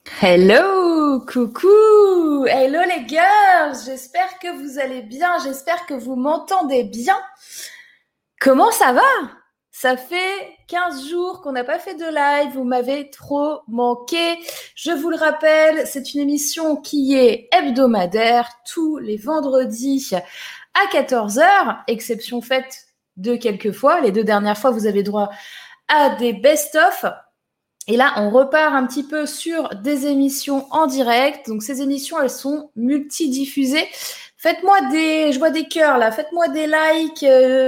Hello, coucou, hello les girls, j'espère que vous allez bien, j'espère que vous m'entendez bien. Comment ça va? Ça fait 15 jours qu'on n'a pas fait de live, vous m'avez trop manqué. Je vous le rappelle, c'est une émission qui est hebdomadaire tous les vendredis à 14 heures, exception faite de quelques fois. Les 2 dernières fois, vous avez droit à des best-of. Et là, on repart un petit peu sur des émissions en direct. Donc, ces émissions, elles sont multidiffusées. Je vois des cœurs là. Faites-moi des likes,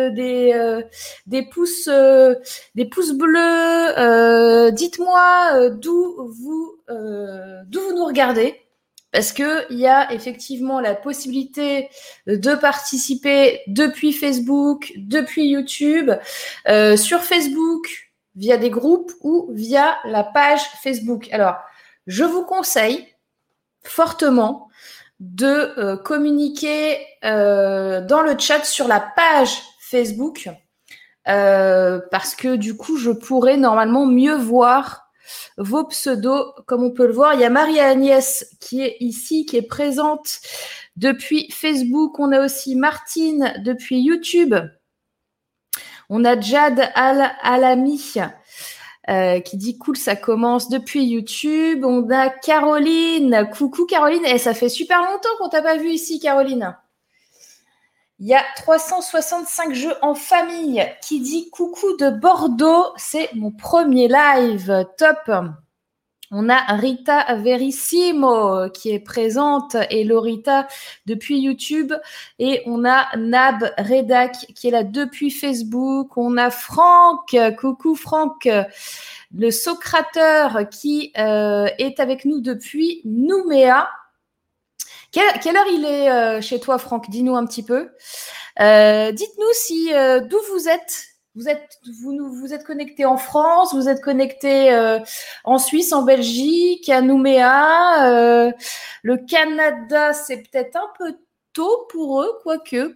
des pouces bleus. Dites-moi d'où vous nous regardez. Parce que il y a effectivement la possibilité de participer depuis Facebook, depuis YouTube, sur Facebook, via des groupes ou via la page Facebook. Alors, je vous conseille fortement de communiquer dans le chat sur la page Facebook parce que du coup, je pourrais normalement mieux voir vos pseudos. Comme on peut le voir, il y a Marie-Agnès qui est ici, qui est présente depuis Facebook. On a aussi Martine depuis YouTube. On a Jad Alami qui dit cool, ça commence depuis YouTube. On a Caroline. Coucou Caroline. Et ça fait super longtemps qu'on t'a pas vu ici, Caroline. Il y a 365 jeux en famille qui dit coucou de Bordeaux. C'est mon premier live. Top. On a Rita Verissimo qui est présente et Lorita depuis YouTube. Et on a Nab Redak qui est là depuis Facebook. On a Franck. Coucou Franck, le Socrateur qui est avec nous depuis Nouméa. Quelle heure il est chez toi, Franck? Dis-nous un petit peu. Dites-nous si d'où vous êtes. Vous êtes connecté en France, vous êtes connecté en Suisse, en Belgique, à Nouméa. Le Canada, c'est peut-être un peu tôt pour eux, quoique.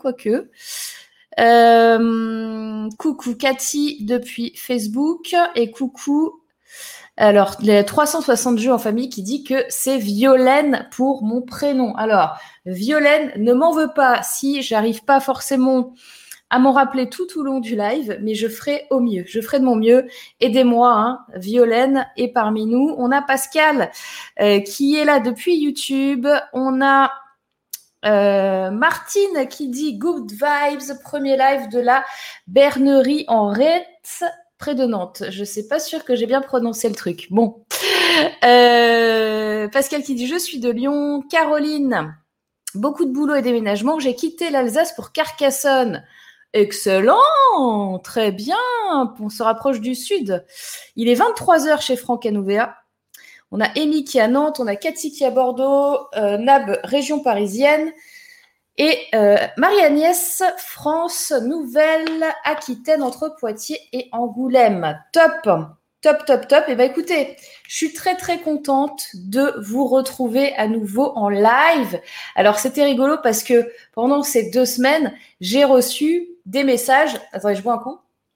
Coucou Cathy depuis Facebook et coucou. Alors, les 360 jeux en famille qui dit que c'est Violaine pour mon prénom. Alors, Violaine, ne m'en veux pas si j'arrive pas forcément à m'en rappeler tout au long du live, mais je ferai au mieux. Je ferai de mon mieux. Aidez-moi, hein. Violaine est parmi nous. On a Pascal qui est là depuis YouTube. On a Martine qui dit Good Vibes, premier live de la Bernerie en Retz, près de Nantes. Je sais pas sûre que j'ai bien prononcé le truc. Bon. Pascal qui dit je suis de Lyon. Caroline, beaucoup de boulot et déménagement. J'ai quitté l'Alsace pour Carcassonne. Excellent, très bien. On se rapproche du sud. Il est 23h chez Franck à Nouvéa. On a Amy qui est à Nantes, on a Cathy qui est à Bordeaux, Nab, région parisienne, et Marie-Agnès, France, Nouvelle-Aquitaine, entre Poitiers et Angoulême. Top. Et bien écoutez, je suis très très contente de vous retrouver à nouveau en live. Alors c'était rigolo parce que pendant ces 2 semaines, j'ai reçu des messages. Attendez, je bois un coup.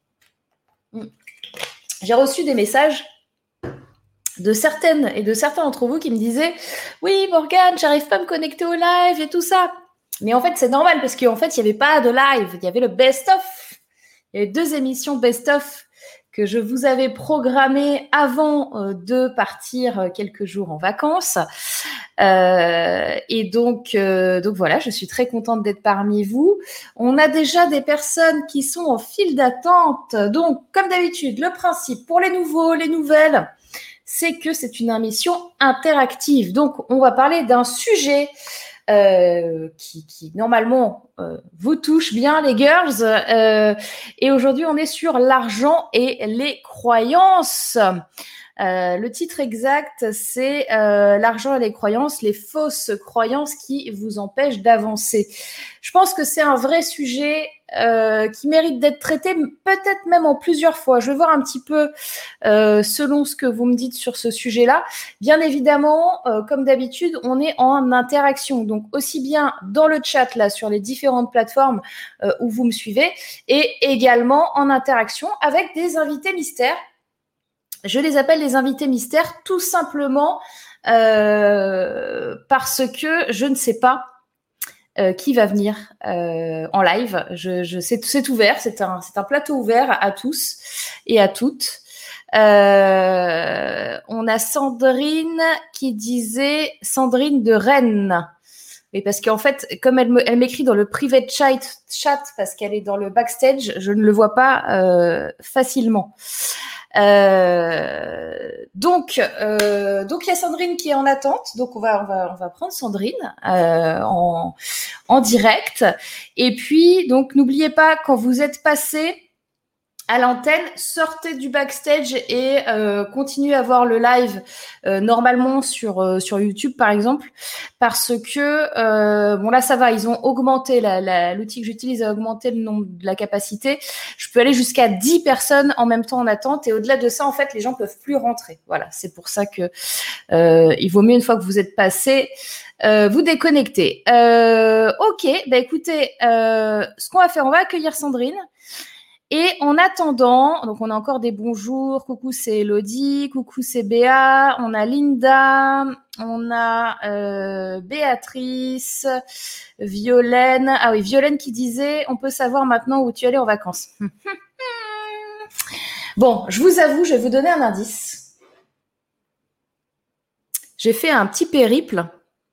J'ai reçu des messages de certaines et de certains d'entre vous qui me disaient « Oui, Morgane, j'arrive pas à me connecter au live et tout ça. » Mais en fait, c'est normal parce qu'en fait, il n'y avait pas de live. Il y avait le best-of. Il y avait 2 émissions best-of que je vous avais programmées avant de partir quelques jours en vacances. Et donc voilà, je suis très contente d'être parmi vous. On a déjà des personnes qui sont en file d'attente. Donc, comme d'habitude, le principe pour les nouveaux, les nouvelles, c'est que c'est une émission interactive. Donc, on va parler d'un sujet qui normalement vous touche bien, les girls. Et aujourd'hui, on est sur l'argent et les croyances. Le titre exact, c'est l'argent et les croyances, les fausses croyances qui vous empêchent d'avancer. Je pense que c'est un vrai sujet qui mérite d'être traité, peut-être même en plusieurs fois. Je vais voir un petit peu selon ce que vous me dites sur ce sujet-là. Bien évidemment, comme d'habitude, on est en interaction. Donc, aussi bien dans le chat, là, sur les différentes plateformes où vous me suivez, et également en interaction avec des invités mystères. Je les appelle les invités mystères tout simplement parce que je ne sais pas qui va venir en live. C'est ouvert, c'est un plateau ouvert à tous et à toutes. On a Sandrine qui disait Sandrine de Rennes. Et parce qu'en fait, comme elle m'écrit dans le private chat parce qu'elle est dans le backstage, je ne le vois pas facilement. Donc il y a Sandrine qui est en attente. Donc on va prendre Sandrine en direct. Et puis donc n'oubliez pas, quand vous êtes passé à l'antenne, sortez du backstage et continuez à voir le live normalement sur YouTube par exemple, parce que bon là ça va, ils ont augmenté l'outil que j'utilise a augmenté le nombre de la capacité. Je peux aller jusqu'à 10 personnes en même temps en attente, et au-delà de ça en fait les gens peuvent plus rentrer. Voilà, c'est pour ça que il vaut mieux, une fois que vous êtes passé, vous déconnecter. Ok, bah écoutez, ce qu'on va faire, on va accueillir Sandrine. Et en attendant, donc on a encore des bonjours. Coucou, c'est Elodie. Coucou, c'est Béa. On a Linda. On a Béatrice. Violaine. Ah oui, Violaine qui disait, on peut savoir maintenant où tu allais en vacances. Bon, je vous avoue, je vais vous donner un indice. J'ai fait un petit périple.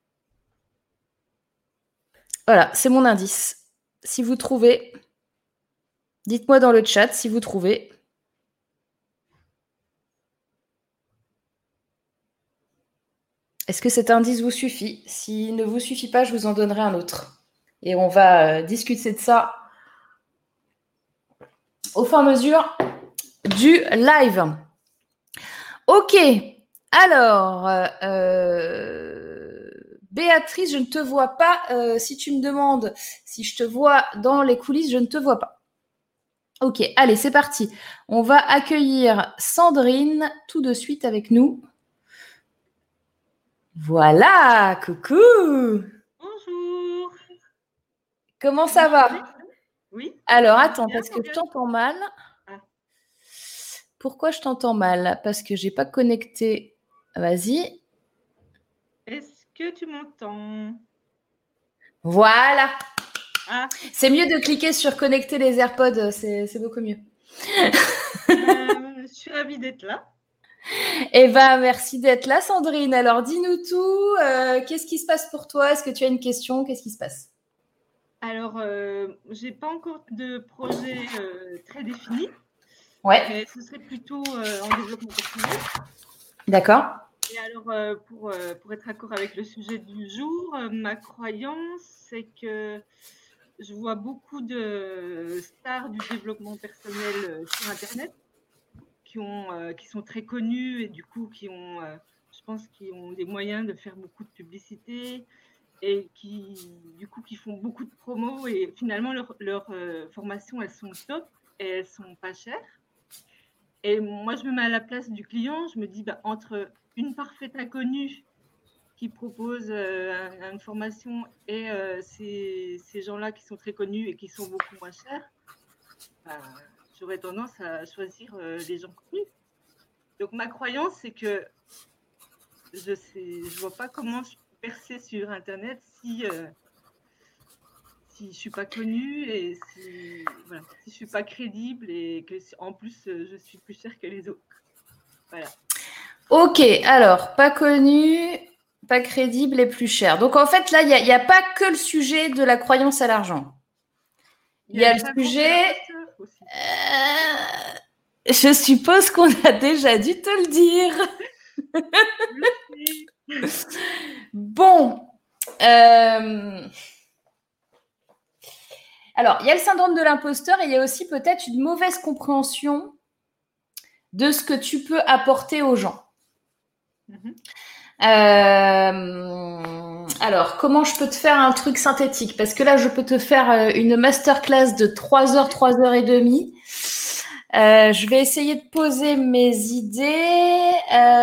Voilà, c'est mon indice. Si vous trouvez... Dites-moi dans le chat si vous trouvez. Est-ce que cet indice vous suffit? S'il ne vous suffit pas, je vous en donnerai un autre. Et on va discuter de ça au fur et à mesure du live. Ok. Alors, Béatrice, je ne te vois pas. Si tu me demandes si je te vois dans les coulisses, je ne te vois pas. Ok, allez, c'est parti. On va accueillir Sandrine tout de suite avec nous. Voilà, coucou. Bonjour. Comment ça va? Oui. Alors, attends, parce que je t'entends mal. Ah. Pourquoi je t'entends mal? Parce que j'ai pas connecté. Vas-y. Est-ce que tu m'entends? Voilà. Ah. C'est mieux de cliquer sur connecter les AirPods, c'est beaucoup mieux. Je suis ravie d'être là. Eh ben, merci d'être là, Sandrine. Alors, dis-nous tout. Qu'est-ce qui se passe pour toi? Est-ce que tu as une question? Qu'est-ce qui se passe? Alors, j'ai pas encore de projet très défini. Ouais. Mais ce serait plutôt en développement personnel. D'accord. Et alors, pour être d'accord avec le sujet du jour, ma croyance, c'est que je vois beaucoup de stars du développement personnel sur Internet qui sont très connus et du coup je pense, qui ont des moyens de faire beaucoup de publicité et du coup, qui font beaucoup de promos, et finalement, leurs formations, elles sont top et elles sont pas chères. Et moi, je me mets à la place du client, je me dis, bah, entre une parfaite inconnue qui propose une formation et ces gens-là qui sont très connus et qui sont beaucoup moins chers, bah, j'aurais tendance à choisir les gens connus. Donc, ma croyance, c'est que je vois pas comment je peux percer sur Internet si je suis pas connue et si je suis pas crédible et que en plus je suis plus chère que les autres. Voilà. Ok, alors, pas connu, pas crédible et plus cher. Donc, en fait, là, il n'y a pas que le sujet de la croyance à l'argent. Il y a le sujet... aussi. Je suppose qu'on a déjà dû te le dire. Bon. Alors, il y a le syndrome de l'imposteur et il y a aussi peut-être une mauvaise compréhension de ce que tu peux apporter aux gens. Alors, comment je peux te faire un truc synthétique? Parce que là, je peux te faire une masterclass de 3 heures, 3 heures et demie. Je vais essayer de poser mes idées.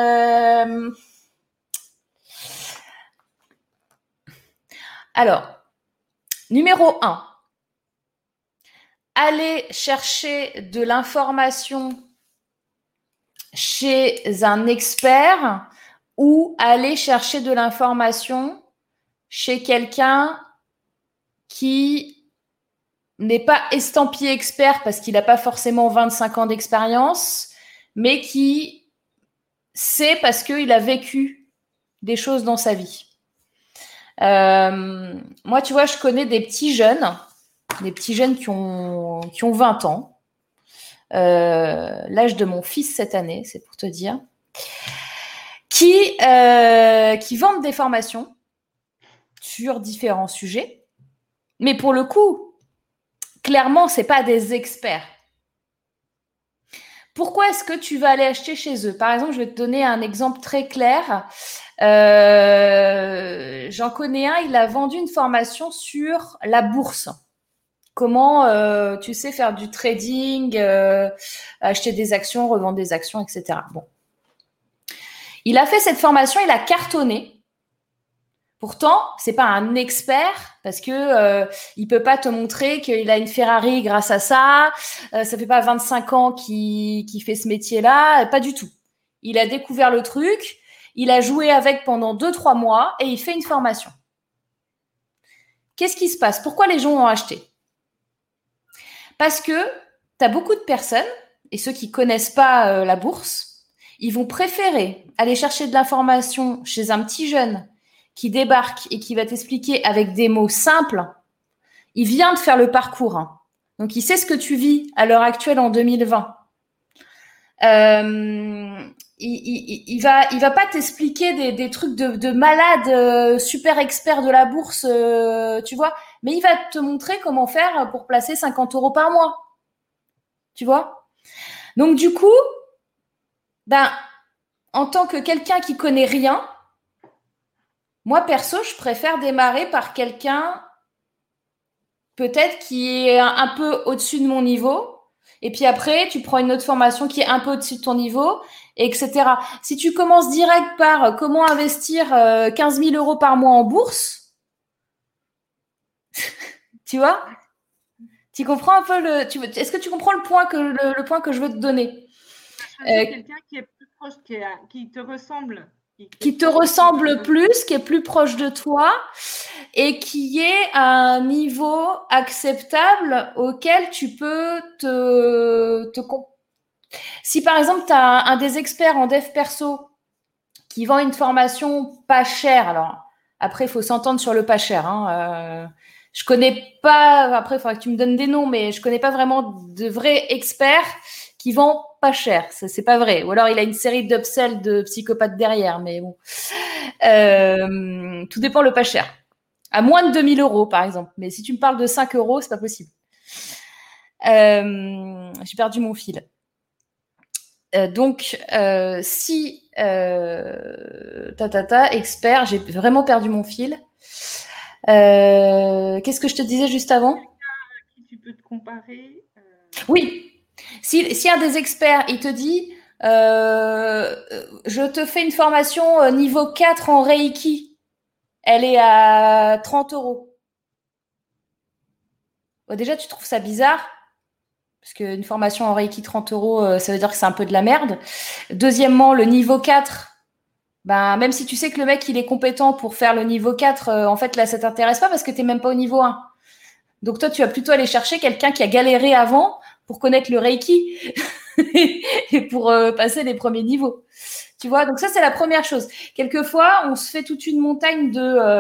Alors, numéro 1. Aller chercher de l'information chez un expert ou aller chercher de l'information chez quelqu'un qui n'est pas estampillé expert parce qu'il n'a pas forcément 25 ans d'expérience, mais qui sait parce qu'il a vécu des choses dans sa vie. Moi, tu vois, je connais des petits jeunes qui ont 20 ans. L'âge de mon fils cette année, c'est pour te dire, qui vendent des formations sur différents sujets. Mais pour le coup, clairement, c'est pas des experts. Pourquoi est-ce que tu vas aller acheter chez eux? Par exemple, je vais te donner un exemple très clair. J'en connais un, il a vendu une formation sur la bourse. Comment, tu sais, faire du trading, acheter des actions, revendre des actions, etc. Bon. Il a fait cette formation, il a cartonné. Pourtant, c'est pas un expert parce que il peut pas te montrer qu'il a une Ferrari grâce à ça. Ça fait pas 25 ans qu'il fait ce métier-là, pas du tout. Il a découvert le truc, il a joué avec pendant 2-3 mois et il fait une formation. Qu'est-ce qui se passe? Pourquoi les gens ont acheté? Parce que tu as beaucoup de personnes, et ceux qui connaissent pas la bourse, ils vont préférer aller chercher de l'information chez un petit jeune qui débarque et qui va t'expliquer avec des mots simples. Il vient de faire le parcours, hein. Donc il sait ce que tu vis à l'heure actuelle en 2020. Il va pas t'expliquer des trucs de malade super expert de la bourse, tu vois, mais il va te montrer comment faire pour placer 50 € par mois, tu vois. Donc du coup, ben, en tant que quelqu'un qui connaît rien, moi perso, je préfère démarrer par quelqu'un peut-être qui est un peu au-dessus de mon niveau. Et puis après, tu prends une autre formation qui est un peu au-dessus de ton niveau, etc. Si tu commences direct par comment investir 15 000 € par mois en bourse, tu vois, tu comprends un peu est-ce que tu comprends le point que je veux te donner? Quelqu'un qui est plus proche, qui te ressemble. Qui te ressemble plus, qui est plus proche de toi et qui est à un niveau acceptable auquel tu peux Si par exemple, tu as un des experts en dev perso qui vend une formation pas chère, alors après, il faut s'entendre sur le pas cher. Hein, je connais pas, après, il faudra que tu me donnes des noms, mais je connais pas vraiment de vrais experts qui vendent pas cher. Ça, c'est pas vrai. Ou alors, il a une série d'upsells de psychopathes derrière, mais bon. Tout dépend le pas cher. À moins de 2 000 €, par exemple. Mais si tu me parles de 5 €, c'est pas possible. J'ai perdu mon fil. Donc, si expert, j'ai vraiment perdu mon fil. Qu'est-ce que je te disais juste avant? Qui tu peux te comparer. Oui. Si un des experts, il te dit je te fais une formation niveau 4 en Reiki, elle est à 30 €. Bon, déjà, tu trouves ça bizarre parce qu'une formation en Reiki 30 €, ça veut dire que c'est un peu de la merde. Deuxièmement, le niveau 4, ben, même si tu sais que le mec, il est compétent pour faire le niveau 4, en fait, là, ça t'intéresse pas parce que tu n'es même pas au niveau 1. Donc, toi, tu vas plutôt aller chercher quelqu'un qui a galéré avant pour connaître le Reiki et pour passer les premiers niveaux. Tu vois, donc ça, c'est la première chose. Quelquefois, on se fait toute une montagne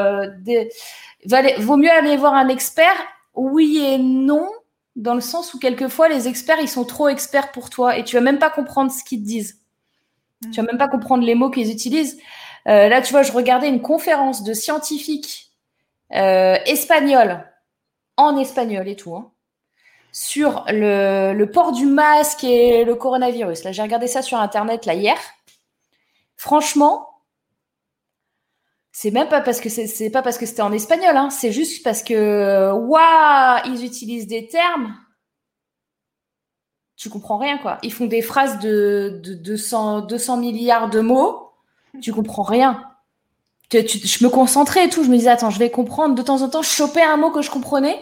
vaut mieux aller voir un expert, oui et non, dans le sens où quelquefois, les experts, ils sont trop experts pour toi et tu vas même pas comprendre ce qu'ils te disent. Tu vas même pas comprendre les mots qu'ils utilisent. Là, tu vois, je regardais une conférence de scientifiques espagnols, en espagnol et tout, hein, sur le port du masque et le coronavirus. Là, j'ai regardé ça sur Internet là hier. Franchement, c'est même pas parce que c'est pas parce que c'était en espagnol, hein, c'est juste parce que waouh, ils utilisent des termes. Tu comprends rien, quoi. Ils font des phrases de 200 milliards de mots. Tu comprends rien. Je me concentrais et tout. Je me disais, attends, je vais comprendre. De temps en temps, je chopais un mot que je comprenais.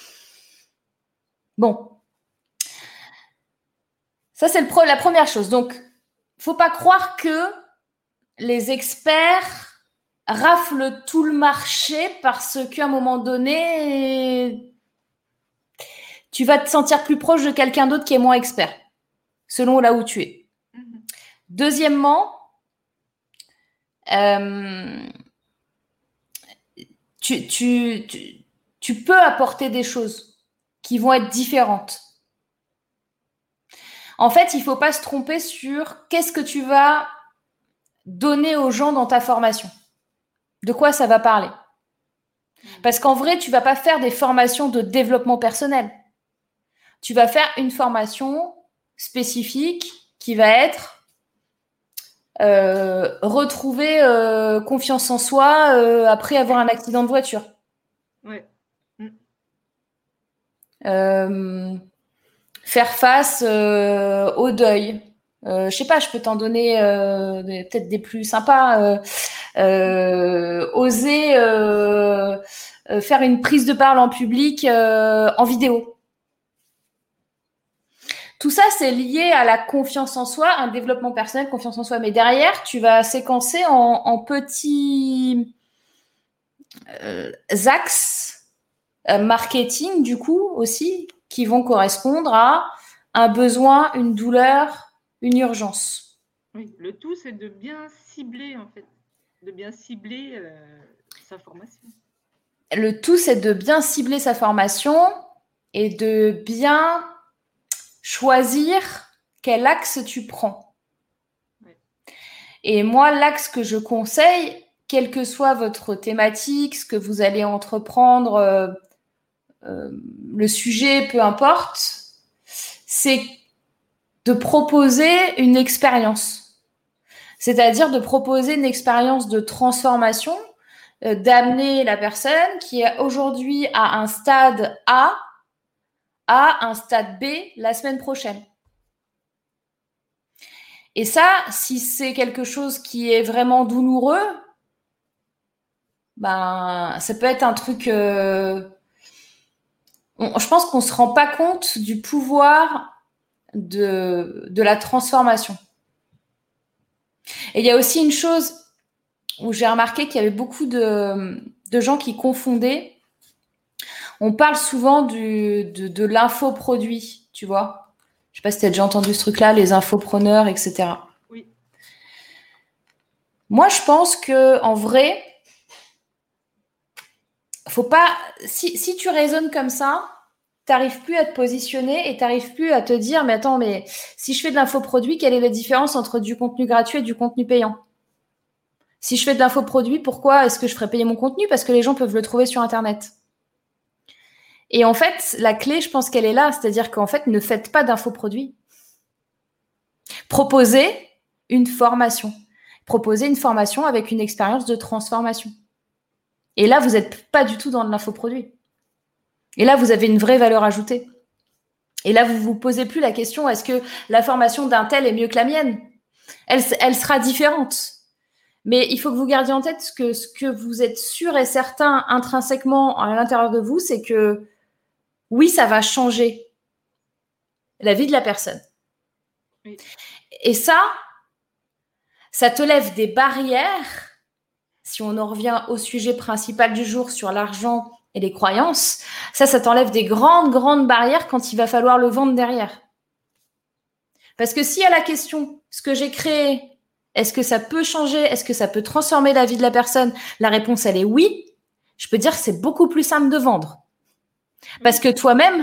Bon. Ça, c'est la première chose. Donc, faut pas croire que les experts raflent tout le marché parce qu'à un moment donné, tu vas te sentir plus proche de quelqu'un d'autre qui est moins expert, selon là où tu es. Deuxièmement, tu peux apporter des choses qui vont être différentes. En fait, il ne faut pas se tromper sur qu'est-ce que tu vas donner aux gens dans ta formation. De quoi ça va parler? Parce qu'en vrai, tu ne vas pas faire des formations de développement personnel. Tu vas faire une formation spécifique qui va être retrouver confiance en soi après avoir un accident de voiture. Ouais. Faire face au deuil. Je sais pas, je peux t'en donner peut-être des plus sympas. Oser faire une prise de parole en public en vidéo. Tout ça, c'est lié à la confiance en soi, un développement personnel, confiance en soi. Mais derrière, tu vas séquencer en petits axes marketing, du coup, aussi, qui vont correspondre à un besoin, une douleur, une urgence. Oui, le tout, c'est de bien cibler, en fait, de bien cibler sa formation. Le tout, c'est de bien cibler sa formation et de bien choisir quel axe tu prends. Ouais. Et moi, l'axe que je conseille, quelle que soit votre thématique, ce que vous allez entreprendre, le sujet, peu importe, c'est de proposer une expérience. C'est-à-dire de proposer une expérience de transformation, d'amener la personne qui est aujourd'hui à un stade A à un stade B la semaine prochaine. Et ça, si c'est quelque chose qui est vraiment douloureux, ben, ça peut être un truc... je pense qu'on ne se rend pas compte du pouvoir de la transformation. Et il y a aussi une chose où j'ai remarqué qu'il y avait beaucoup de gens qui confondaient. On parle souvent de l'infoproduit, tu vois. Je sais pas si tu as déjà entendu ce truc-là, les infopreneurs, etc. Oui. Moi, je pense que en vrai, faut pas. Si tu raisonnes comme ça, t'arrives plus à te positionner et t'arrives plus à te dire, mais attends, mais si je fais de l'infoproduit, quelle est la différence entre du contenu gratuit et du contenu payant? Si je fais de l'infoproduit, pourquoi est-ce que je ferais payer mon contenu? Parce que les gens peuvent le trouver sur Internet. Et en fait, la clé, je pense qu'elle est là, c'est-à-dire qu'en fait, ne faites pas d'infoproduit. Proposez une formation. Proposez une formation avec une expérience de transformation. Et là, vous n'êtes pas du tout dans de l'infoproduit. Et là, vous avez une vraie valeur ajoutée. Et là, vous ne vous posez plus la question, est-ce que la formation d'un tel est mieux que la mienne? Elle sera différente. Mais il faut que vous gardiez en tête ce que vous êtes sûr et certain intrinsèquement à l'intérieur de vous, c'est que oui, ça va changer la vie de la personne. Oui. Et ça te lève des barrières. Si on en revient au sujet principal du jour sur l'argent et les croyances, ça t'enlève des grandes, grandes barrières quand il va falloir le vendre derrière. Parce que si à la question, ce que j'ai créé, est-ce que ça peut changer? Est-ce que ça peut transformer la vie de la personne? La réponse, elle est oui. Je peux dire que c'est beaucoup plus simple de vendre. Parce que toi-même,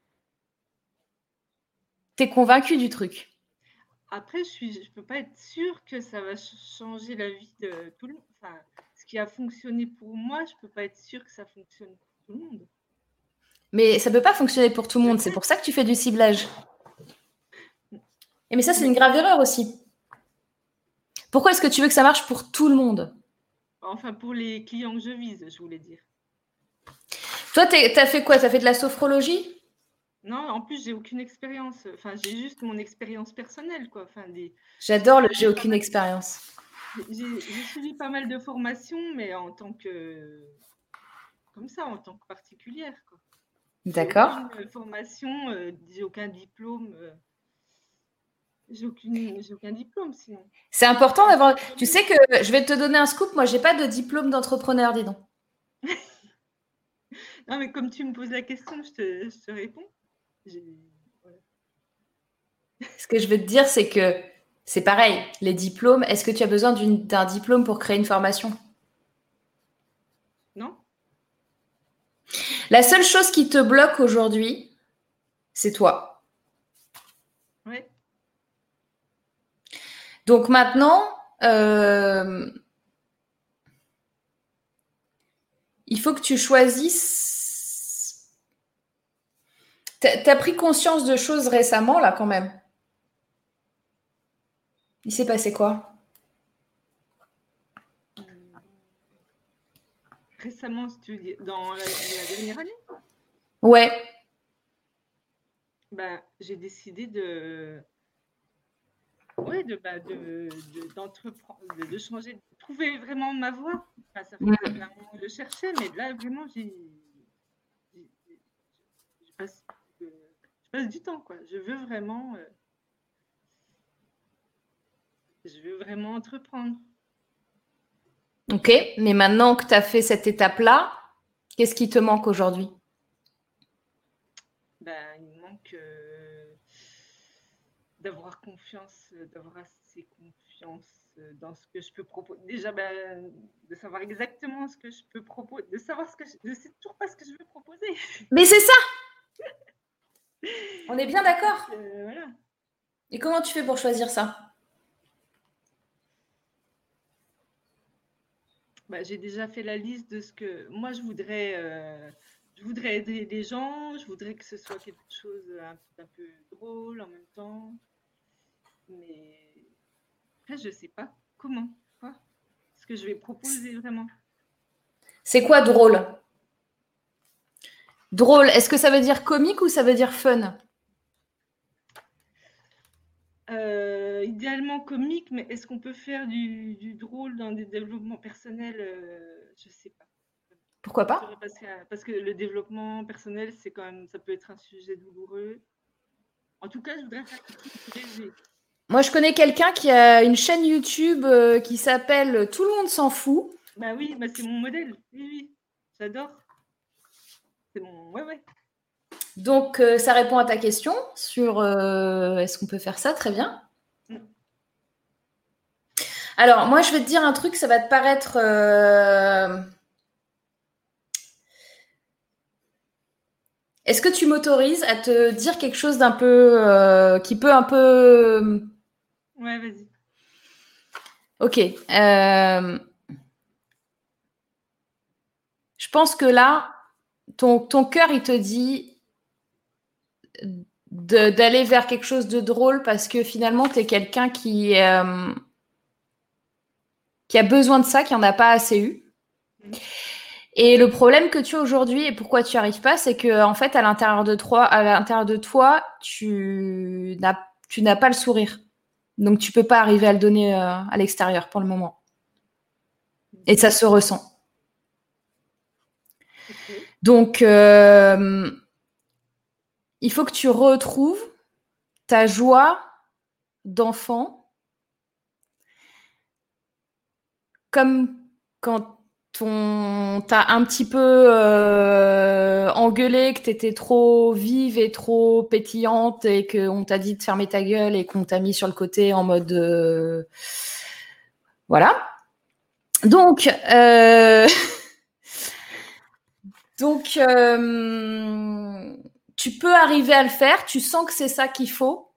t'es convaincu du truc. Après, je peux pas être sûre que ça va changer la vie de tout le monde. Enfin, ce qui a fonctionné pour moi, je peux pas être sûre que ça fonctionne pour tout le monde. Mais ça peut pas fonctionner pour tout le monde. C'est pour ça que tu fais du ciblage. Et mais ça, c'est une grave erreur aussi. Pourquoi est-ce que tu veux que ça marche pour tout le monde? Enfin, pour les clients que je vise, je voulais dire. Toi, t'as fait quoi? T'as fait de la sophrologie? Non, en plus, j'ai aucune expérience. Enfin, j'ai juste mon expérience personnelle, quoi. Enfin, J'adore le j'ai aucune expérience. J'ai suivi pas mal de formations, mais en tant que... comme ça, en tant que particulière, quoi. D'accord. J'ai aucune formation, j'ai aucun diplôme. J'ai aucun diplôme sinon. C'est important d'avoir. Tu sais que je vais te donner un scoop. Moi, j'ai pas de diplôme d'entrepreneur, dis donc. Non, mais comme tu me poses la question, je te réponds. Voilà. Ce que je veux te dire, c'est que c'est pareil. Les diplômes, est-ce que tu as besoin d'un diplôme pour créer une formation? Non? La seule chose qui te bloque aujourd'hui, c'est toi. Ouais. Donc maintenant, il faut que tu choisisses. T'as pris conscience de choses récemment, là, quand même. Il s'est passé quoi? Récemment, si tu veux dire, dans la dernière année, Ouais. j'ai décidé d'entreprendre, de changer, de trouver vraiment ma voie. Ça fait un moment que je cherchais, mais là, vraiment, je passe du temps, quoi. Je veux vraiment entreprendre. Ok, mais maintenant que tu as fait cette étape-là, qu'est-ce qui te manque aujourd'hui? Il me manque d'avoir assez confiance dans ce que je peux proposer. Déjà, de savoir exactement ce que je peux proposer, de savoir je sais toujours pas ce que je veux proposer. Mais c'est ça! On est bien d'accord? Voilà. Et comment tu fais pour choisir ça? J'ai déjà fait la liste de ce que moi je voudrais aider les gens, je voudrais que ce soit quelque chose un peu drôle en même temps, mais après je sais pas comment, quoi, ce que je vais proposer vraiment. C'est quoi drôle? Drôle, est-ce que ça veut dire comique ou ça veut dire fun? Idéalement comique, mais est-ce qu'on peut faire du drôle dans des développements personnels? Je sais pas. Pourquoi pas? Parce que le développement personnel, c'est quand même, ça peut être un sujet douloureux. En tout cas, je voudrais faire quelque chose de léger. Moi, je connais quelqu'un qui a une chaîne YouTube qui s'appelle Tout le monde s'en fout. Oui, c'est mon modèle. Oui, j'adore. C'est mon... Ouais. Donc, ça répond à ta question sur est-ce qu'on peut faire ça? Très bien. Alors, moi, je vais te dire un truc, ça va te paraître... Est-ce que tu m'autorises à te dire quelque chose d'un peu... qui peut un peu... Ouais, vas-y. Ok. Je pense que là, ton cœur, il te dit d'aller vers quelque chose de drôle parce que finalement, tu es quelqu'un qui a besoin de ça, qui n'en a pas assez eu. Et le problème que tu as aujourd'hui et pourquoi tu n'y arrives pas, c'est que en fait, à l'intérieur de toi, tu n'as pas le sourire. Donc, tu peux pas arriver à le donner à l'extérieur pour le moment. Et ça se ressent. Okay. Donc, il faut que tu retrouves ta joie d'enfant comme quand t'as un petit peu engueulé, que t'étais trop vive et trop pétillante et qu'on t'a dit de fermer ta gueule et qu'on t'a mis sur le côté en mode voilà. Donc tu peux arriver à le faire, tu sens que c'est ça qu'il faut.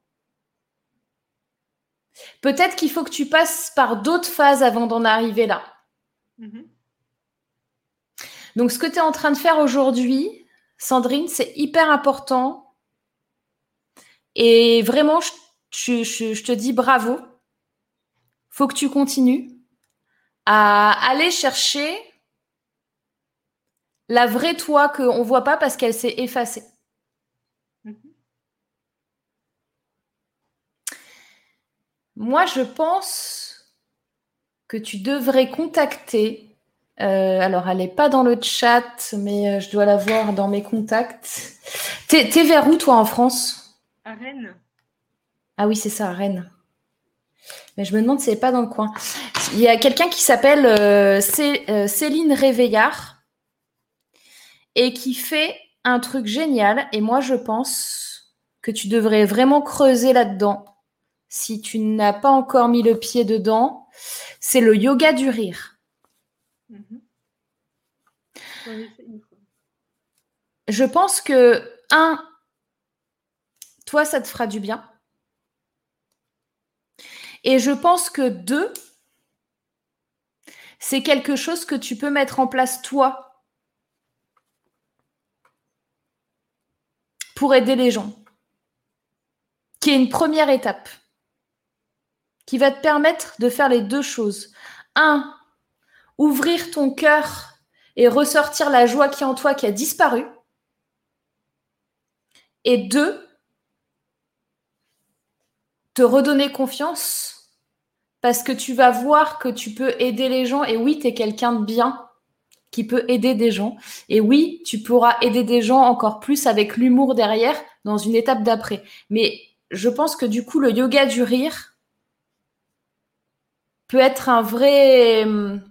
Peut-être qu'il faut que tu passes par d'autres phases avant d'en arriver là. Mm-hmm. Donc, ce que tu es en train de faire aujourd'hui, Sandrine, c'est hyper important. Et vraiment, je te dis bravo. Faut que tu continues à aller chercher la vraie toi qu'on ne voit pas parce qu'elle s'est effacée. Mm-hmm. Moi, je pense que tu devrais contacter. Alors, elle n'est pas dans le chat, mais je dois la voir dans mes contacts. T'es vers où, toi, en France? À Rennes. Ah oui, c'est ça, à Rennes. Mais je me demande si elle n'est pas dans le coin. Il y a quelqu'un qui s'appelle Céline Réveillard et qui fait un truc génial. Et moi, je pense que tu devrais vraiment creuser là-dedans. Si tu n'as pas encore mis le pied dedans, c'est le yoga du rire. J'en ai fait une fois. Je pense que, toi, ça te fera du bien. Et je pense que 2, c'est quelque chose que tu peux mettre en place toi pour aider les gens. Qui est une première étape. Qui va te permettre de faire les 2 choses. 1, ouvrir ton cœur et ressortir la joie qui est en toi qui a disparu. Et 2, te redonner confiance parce que tu vas voir que tu peux aider les gens. Et oui, tu es quelqu'un de bien qui peut aider des gens. Et oui, tu pourras aider des gens encore plus avec l'humour derrière dans une étape d'après. Mais je pense que du coup, le yoga du rire peut être un vrai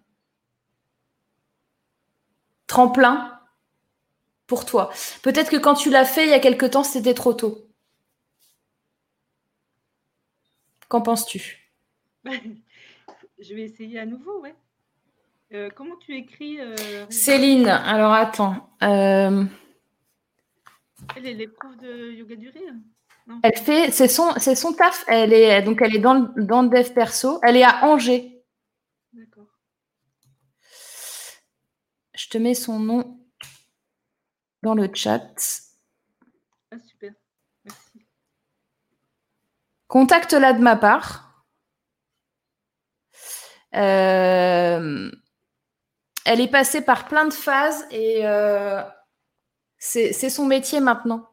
tremplin pour toi. Peut-être que quand tu l'as fait il y a quelque temps, c'était trop tôt. Qu'en penses-tu? Je vais essayer à nouveau, ouais. Comment tu écris Céline, alors attends. Elle est prof de yoga du rire? Non. Elle fait, c'est son taf. Elle est dans le dev perso. Elle est à Angers. D'accord. Je te mets son nom dans le chat. Ah, super. Merci. Contacte-la de ma part. Elle est passée par plein de phases et c'est son métier maintenant.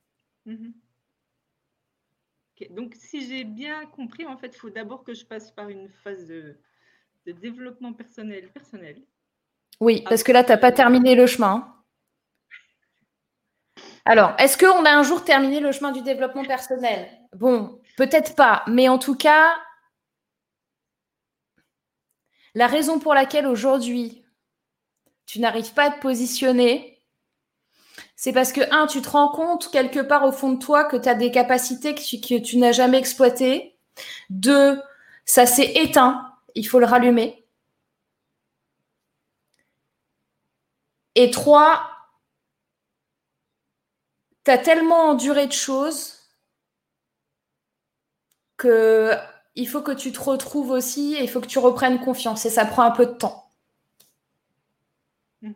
Okay. Donc, si j'ai bien compris, en fait, il faut d'abord que je passe par une phase de développement personnel. Oui, parce que là, tu n'as pas terminé le chemin. Alors, est-ce qu'on a un jour terminé le chemin du développement personnel? Bon, peut-être pas, mais en tout cas, la raison pour laquelle aujourd'hui, tu n'arrives pas à te positionner, c'est parce que, tu te rends compte quelque part au fond de toi que tu as des capacités que tu n'as jamais exploitées. 2, ça s'est éteint, il faut le rallumer. Et 3, tu as tellement enduré de choses que il faut que tu te retrouves aussi et il faut que tu reprennes confiance. Et ça prend un peu de temps. Ok.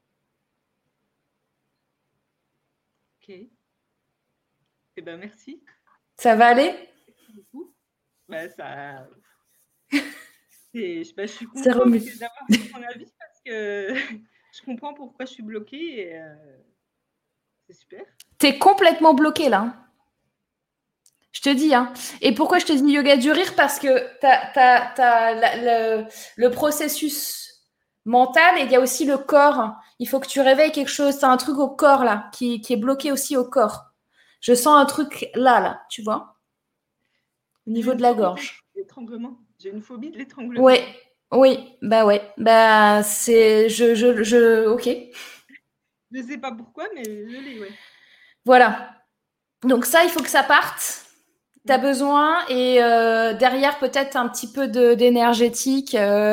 Eh ben, merci. Ça va aller? Merci beaucoup. Ben, ça... je suis contente d'avoir ton avis parce que je comprends pourquoi je suis bloquée et c'est super. T'es complètement bloquée là. Je te dis. Et pourquoi je te dis yoga du rire? Parce que t'as le processus mental et il y a aussi le corps. Il faut que tu réveilles quelque chose. T'as un truc au corps là qui est bloqué aussi au corps. Je sens un truc là, tu vois, au niveau de la gorge. L'étranglement. J'ai une phobie de l'étranglement. Oui, bah ouais. Bah c'est, ok. Je sais pas pourquoi, mais je l'ai, ouais. Voilà. Donc ça, il faut que ça parte. Tu as besoin et derrière peut-être un petit peu d'énergétique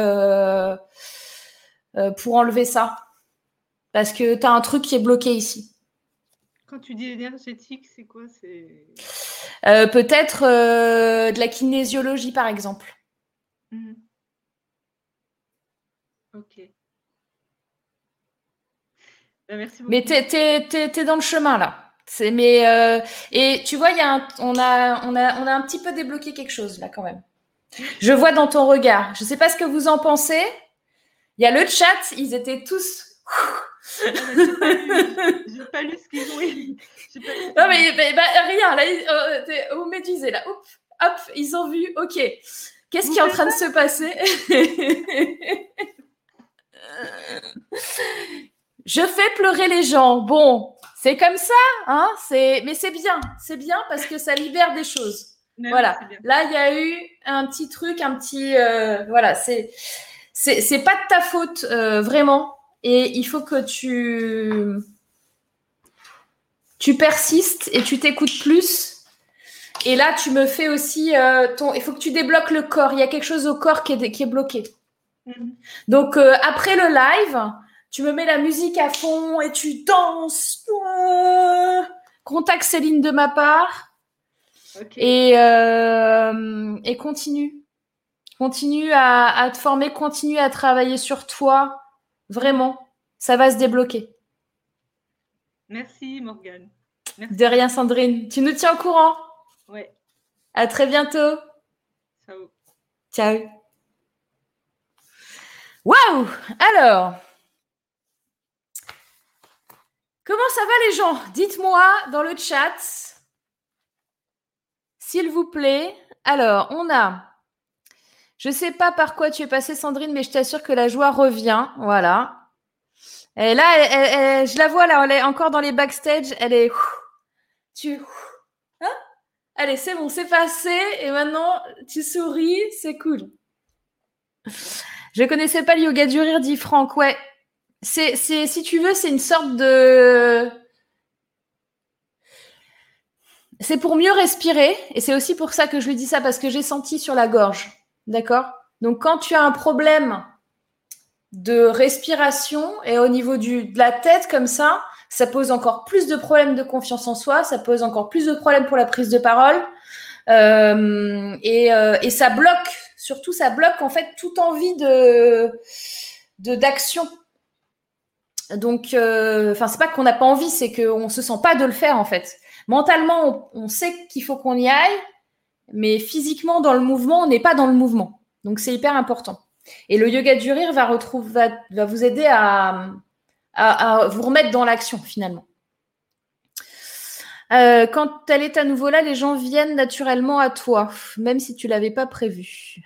pour enlever ça. Parce que tu as un truc qui est bloqué ici. Quand tu dis énergétique, c'est quoi? Peut-être de la kinésiologie, par exemple. Ok. Ben, merci beaucoup. Mais t'es dans le chemin, là. Et tu vois, on a un petit peu débloqué quelque chose, là, quand même. Je vois dans ton regard. Je sais pas ce que vous en pensez. Il y a le chat, ils étaient tous... J'ai pas lu ce qu'ils ont écrit. Non, mais rien, là, vous médusez, là. Hop, ils ont vu, ok. Qu'est-ce qui est en train de se passer? Je fais pleurer les gens. Bon, c'est comme ça, mais c'est bien parce que ça libère des choses. Mais oui, Voilà. c'est bien. Là, il y a eu un petit truc, un petit. Voilà, c'est pas de ta faute, vraiment. Et il faut que tu persistes et tu t'écoutes plus. Et là, tu me fais aussi il faut que tu débloques le corps. Il y a quelque chose au corps qui est bloqué. Donc, après le live, tu me mets la musique à fond et tu danses. Contacte Céline de ma part. Okay. Et continue. Continue à te former, continue à travailler sur toi. Vraiment, ça va se débloquer. Merci Morgane. Merci. De rien, Sandrine. Tu nous tiens au courant. Ouais. À très bientôt. Ciao. Ciao. Waouh! Alors, comment ça va les gens? Dites-moi dans le chat, s'il vous plaît. Alors, on a... Je ne sais pas par quoi tu es passée, Sandrine, mais je t'assure que la joie revient. Voilà. Et là, je la vois, là, elle est encore dans les backstage. Elle est... Hein? Allez, c'est bon, c'est passé. Et maintenant, tu souris, c'est cool. Je ne connaissais pas le yoga du rire, dit Franck. Ouais. Si tu veux, c'est une sorte de... C'est pour mieux respirer. Et c'est aussi pour ça que je lui dis ça, parce que j'ai senti sur la gorge. D'accord? Donc, quand tu as un problème de respiration et au niveau de la tête comme ça pose encore plus de problèmes de confiance en soi, ça pose encore plus de problèmes pour la prise de parole et ça bloque, surtout ça bloque en fait toute envie d'action. Donc, c'est pas qu'on n'a pas envie, c'est qu'on se sent pas de le faire en fait. Mentalement, on sait qu'il faut qu'on y aille, mais physiquement dans le mouvement, on n'est pas dans le mouvement. Donc c'est hyper important. Et le yoga du rire va vous aider à vous remettre dans l'action finalement. Quand elle est à nouveau là, les gens viennent naturellement à toi, même si tu l'avais pas prévu.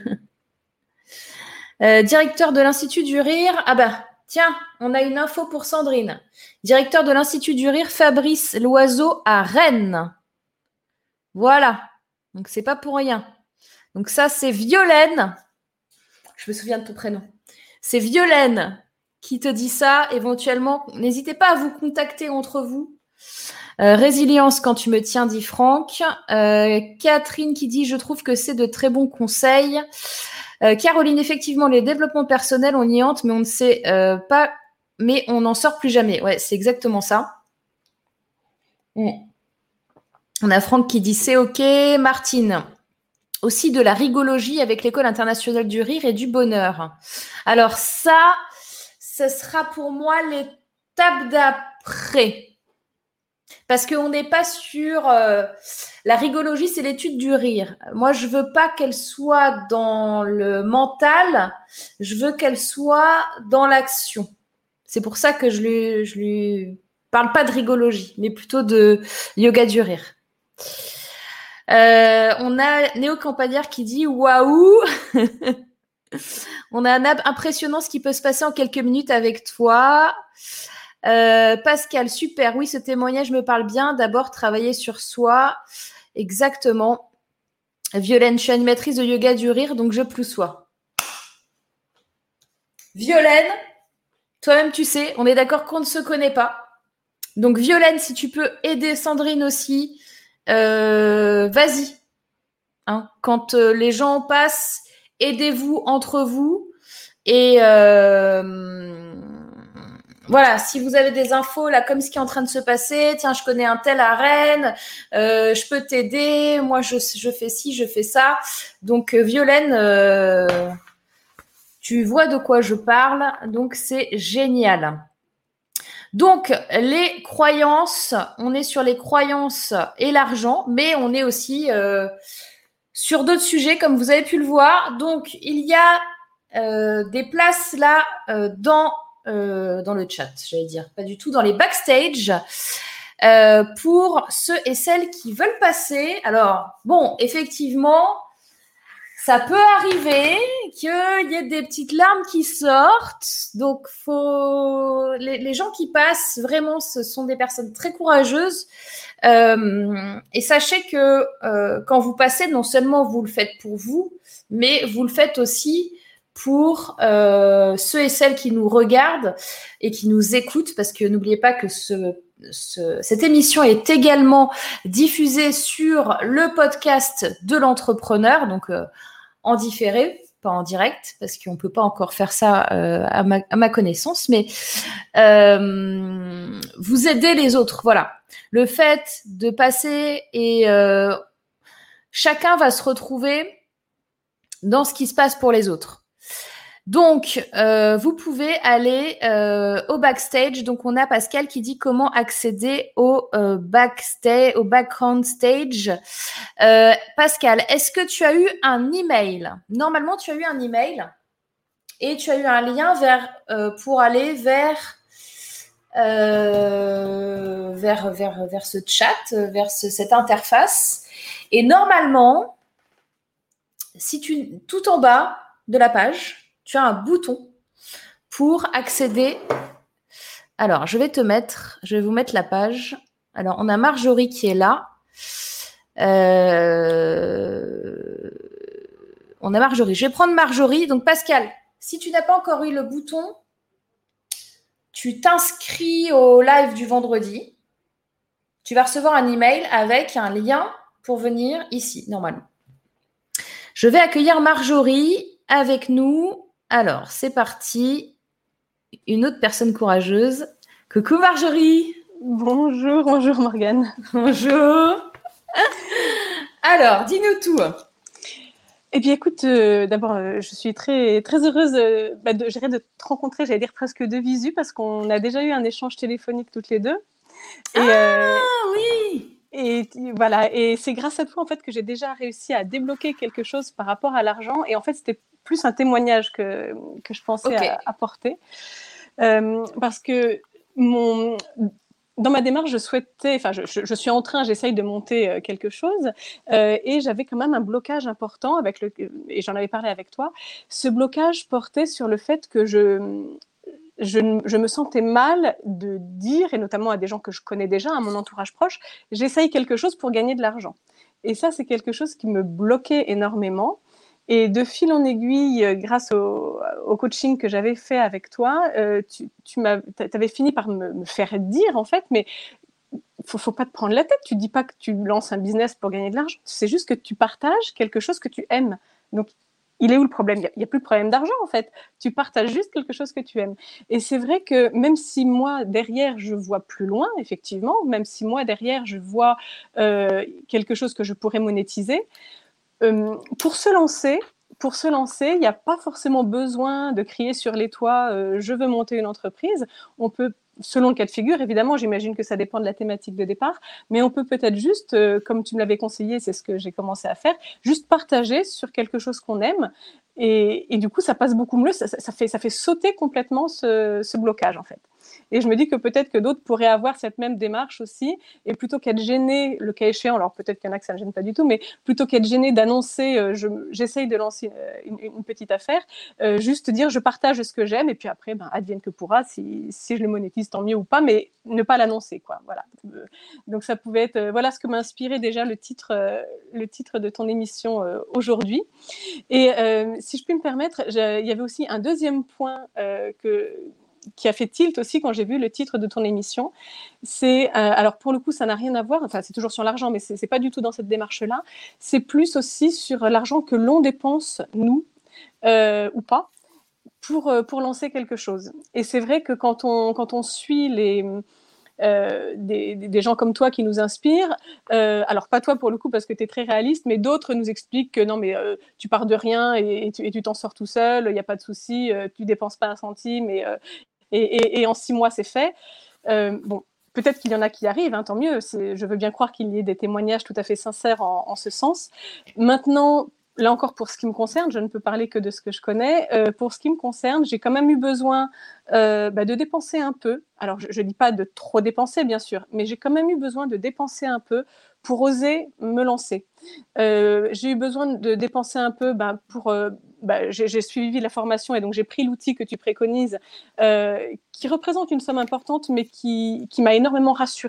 Directeur de l'Institut du Rire. Ah bah, tiens, on a une info pour Sandrine. Directeur de l'Institut du Rire, Fabrice Loiseau à Rennes. Voilà. Donc, c'est pas pour rien. Donc, ça, c'est Violaine. Je me souviens de ton prénom. C'est Violaine qui te dit ça. Éventuellement, n'hésitez pas à vous contacter entre vous. Résilience quand tu me tiens, dit Franck. Catherine qui dit « Je trouve que c'est de très bons conseils ». Caroline, effectivement, les développements personnels, on y entre, mais on ne sait pas, mais on n'en sort plus jamais. Ouais, c'est exactement ça. On a Franck qui dit « C'est OK ». Martine, aussi de la rigologie avec l'École internationale du rire et du bonheur. Alors ça, ce sera pour moi l'étape d'après. Parce qu'on n'est pas sur... la rigologie, c'est l'étude du rire. Moi, je veux pas qu'elle soit dans le mental, je veux qu'elle soit dans l'action. C'est pour ça que je lui parle pas de rigologie, mais plutôt de yoga du rire. On a Néo Campagnard qui dit « Waouh !» On a Nab, impressionnant ce qui peut se passer en quelques minutes avec toi. Pascal, super, oui, ce témoignage me parle bien. D'abord, travailler sur soi. Exactement. Violaine, je suis animatrice de yoga du rire, donc je ploussoie. Violaine, toi-même, tu sais, on est d'accord qu'on ne se connaît pas. Donc, Violaine, si tu peux aider Sandrine aussi, vas-y. Hein, quand les gens passent, aidez-vous entre vous. Et voilà, si vous avez des infos, là, comme ce qui est en train de se passer, tiens, je connais un tel à Rennes, je peux t'aider, moi, je fais ci, je fais ça. Donc, Violaine, tu vois de quoi je parle, donc c'est génial. Donc, les croyances, on est sur les croyances et l'argent, mais on est aussi sur d'autres sujets, comme vous avez pu le voir. Donc, il y a des places là dans le chat, j'allais dire, pas du tout, dans les backstage, pour ceux et celles qui veulent passer. Alors, bon, effectivement, ça peut arriver qu'il y ait des petites larmes qui sortent. Donc, les gens qui passent, vraiment, ce sont des personnes très courageuses. Et sachez que quand vous passez, non seulement vous le faites pour vous, mais vous le faites aussi pour ceux et celles qui nous regardent et qui nous écoutent, parce que n'oubliez pas que cette émission est également diffusée sur le podcast de l'entrepreneur, donc en différé, pas en direct, parce qu'on ne peut pas encore faire ça à ma connaissance, mais vous aidez les autres, voilà. Le fait de passer et chacun va se retrouver dans ce qui se passe pour les autres. Donc, vous pouvez aller au backstage. Donc, on a Pascal qui dit comment accéder au backstage, au background stage. Pascal, est-ce que tu as eu un email? Normalement, tu as eu un email et tu as eu un lien pour aller vers ce chat, vers cette interface. Et normalement, tout en bas de la page, tu as un bouton pour accéder. Alors, je vais vous mettre la page. Alors, on a Marjorie qui est là. On a Marjorie. Je vais prendre Marjorie. Donc, Pascal, si tu n'as pas encore eu le bouton, tu t'inscris au live du vendredi. Tu vas recevoir un email avec un lien pour venir ici, normalement. Je vais accueillir Marjorie avec nous. Alors, c'est parti. Une autre personne courageuse. Coucou Marjorie. Bonjour Morgane. Bonjour. Alors, dis-nous tout. Eh bien, écoute, d'abord, je suis très, très heureuse de te rencontrer, j'allais dire presque de visu, parce qu'on a déjà eu un échange téléphonique toutes les deux. Oui. Et voilà, et c'est grâce à toi en fait que j'ai déjà réussi à débloquer quelque chose par rapport à l'argent. Et en fait, c'était plus un témoignage que je pensais apporter, parce que dans ma démarche, je suis en train, j'essaye de monter quelque chose, et j'avais quand même un blocage important et j'en avais parlé avec toi. Ce blocage portait sur le fait que je me sentais mal de dire, et notamment à des gens que je connais déjà, à mon entourage proche, j'essaye quelque chose pour gagner de l'argent. Et ça, c'est quelque chose qui me bloquait énormément. Et de fil en aiguille, grâce au coaching que j'avais fait avec toi, tu avais fini par me faire dire, en fait, mais faut pas te prendre la tête. Tu dis pas que tu lances un business pour gagner de l'argent. C'est juste que tu partages quelque chose que tu aimes. Donc, il est où le problème? Il n'y a plus de problème d'argent, en fait. Tu partages juste quelque chose que tu aimes. Et c'est vrai que même si moi, derrière, je vois plus loin, effectivement, même si moi, derrière, je vois quelque chose que je pourrais monétiser, pour se lancer, il n'y a pas forcément besoin de crier sur les toits je veux monter une entreprise. On peut, selon le cas de figure, évidemment, j'imagine que ça dépend de la thématique de départ, mais on peut peut-être juste, comme tu me l'avais conseillé, c'est ce que j'ai commencé à faire, juste partager sur quelque chose qu'on aime. Et du coup, ça passe beaucoup mieux, ça fait sauter complètement ce blocage, en fait. Et je me dis que peut-être que d'autres pourraient avoir cette même démarche aussi, et plutôt qu'être gênés, le cas échéant, alors peut-être qu'il y en a que ça ne gêne pas du tout, mais plutôt qu'être gêné d'annoncer j'essaye de lancer une petite affaire, juste dire je partage ce que j'aime, et puis après, advienne que pourra, si je le monétise, tant mieux ou pas, mais ne pas l'annoncer, quoi. Voilà. Donc ça pouvait être, voilà ce que m'a inspiré déjà le titre de ton émission aujourd'hui. Et si je puis me permettre, il y avait aussi un deuxième point qui a fait tilt aussi quand j'ai vu le titre de ton émission. C'est, alors pour le coup, ça n'a rien à voir, enfin c'est toujours sur l'argent, mais c'est pas du tout dans cette démarche-là. C'est plus aussi sur l'argent que l'on dépense, nous, ou pas, pour lancer quelque chose. Et c'est vrai que quand on suit des gens comme toi qui nous inspirent, alors pas toi pour le coup parce que tu es très réaliste, mais d'autres nous expliquent que non mais tu pars de rien et tu t'en sors tout seul, il n'y a pas de souci, tu dépenses pas un centime et en 6 mois c'est fait. Bon, peut-être qu'il y en a qui y arrivent, hein, tant mieux, je veux bien croire qu'il y ait des témoignages tout à fait sincères en ce sens. Maintenant, là encore, pour ce qui me concerne, je ne peux parler que de ce que je connais. Pour ce qui me concerne, j'ai quand même eu besoin de dépenser un peu. Alors, je ne dis pas de trop dépenser, bien sûr, mais j'ai quand même eu besoin de dépenser un peu pour oser me lancer. J'ai eu besoin de dépenser un peu pour... j'ai suivi la formation et donc j'ai pris l'outil que tu préconises, qui représente une somme importante, mais qui m'a énormément rassurée.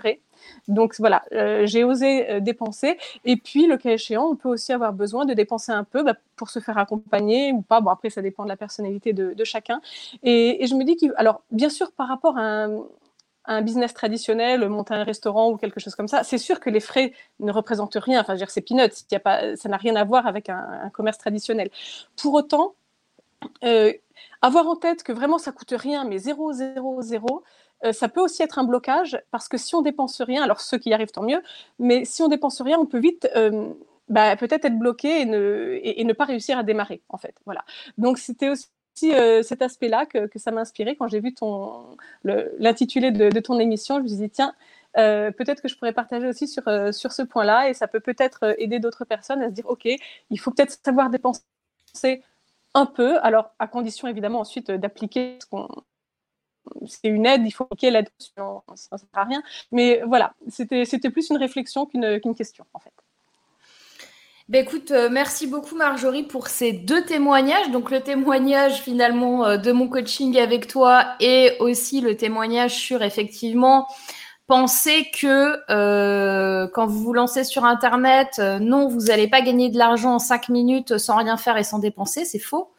Donc voilà, j'ai osé dépenser. Et puis, le cas échéant, on peut aussi avoir besoin de dépenser un peu pour se faire accompagner ou pas. Bon, après, ça dépend de la personnalité de chacun. Et je me dis alors, bien sûr, par rapport à un business traditionnel, monter un restaurant ou quelque chose comme ça, c'est sûr que les frais ne représentent rien. Enfin, je veux dire, c'est peanuts. Ça n'a rien à voir avec un commerce traditionnel. Pour autant, avoir en tête que vraiment ça coûte rien, mais 0, 0, 0, ça peut aussi être un blocage parce que si on dépense rien, alors ceux qui y arrivent tant mieux, mais si on dépense rien, on peut vite peut-être être bloqué et ne pas réussir à démarrer en fait. Voilà. Donc c'était aussi cet aspect-là que ça m'a inspiré quand j'ai vu l'intitulé de ton émission. Je me suis dit tiens, peut-être que je pourrais partager aussi sur ce point-là et ça peut peut-être aider d'autres personnes à se dire ok, il faut peut-être savoir dépenser un peu, alors à condition évidemment ensuite d'appliquer c'est une aide, il faut appliquer l'aide, sinon ça ne sert à rien. Mais voilà, c'était plus une réflexion qu'une question en fait. Ben écoute, merci beaucoup Marjorie pour ces 2 témoignages. Donc le témoignage finalement de mon coaching avec toi et aussi le témoignage sur effectivement penser que quand vous vous lancez sur Internet, non, vous n'allez pas gagner de l'argent en 5 minutes sans rien faire et sans dépenser, c'est faux.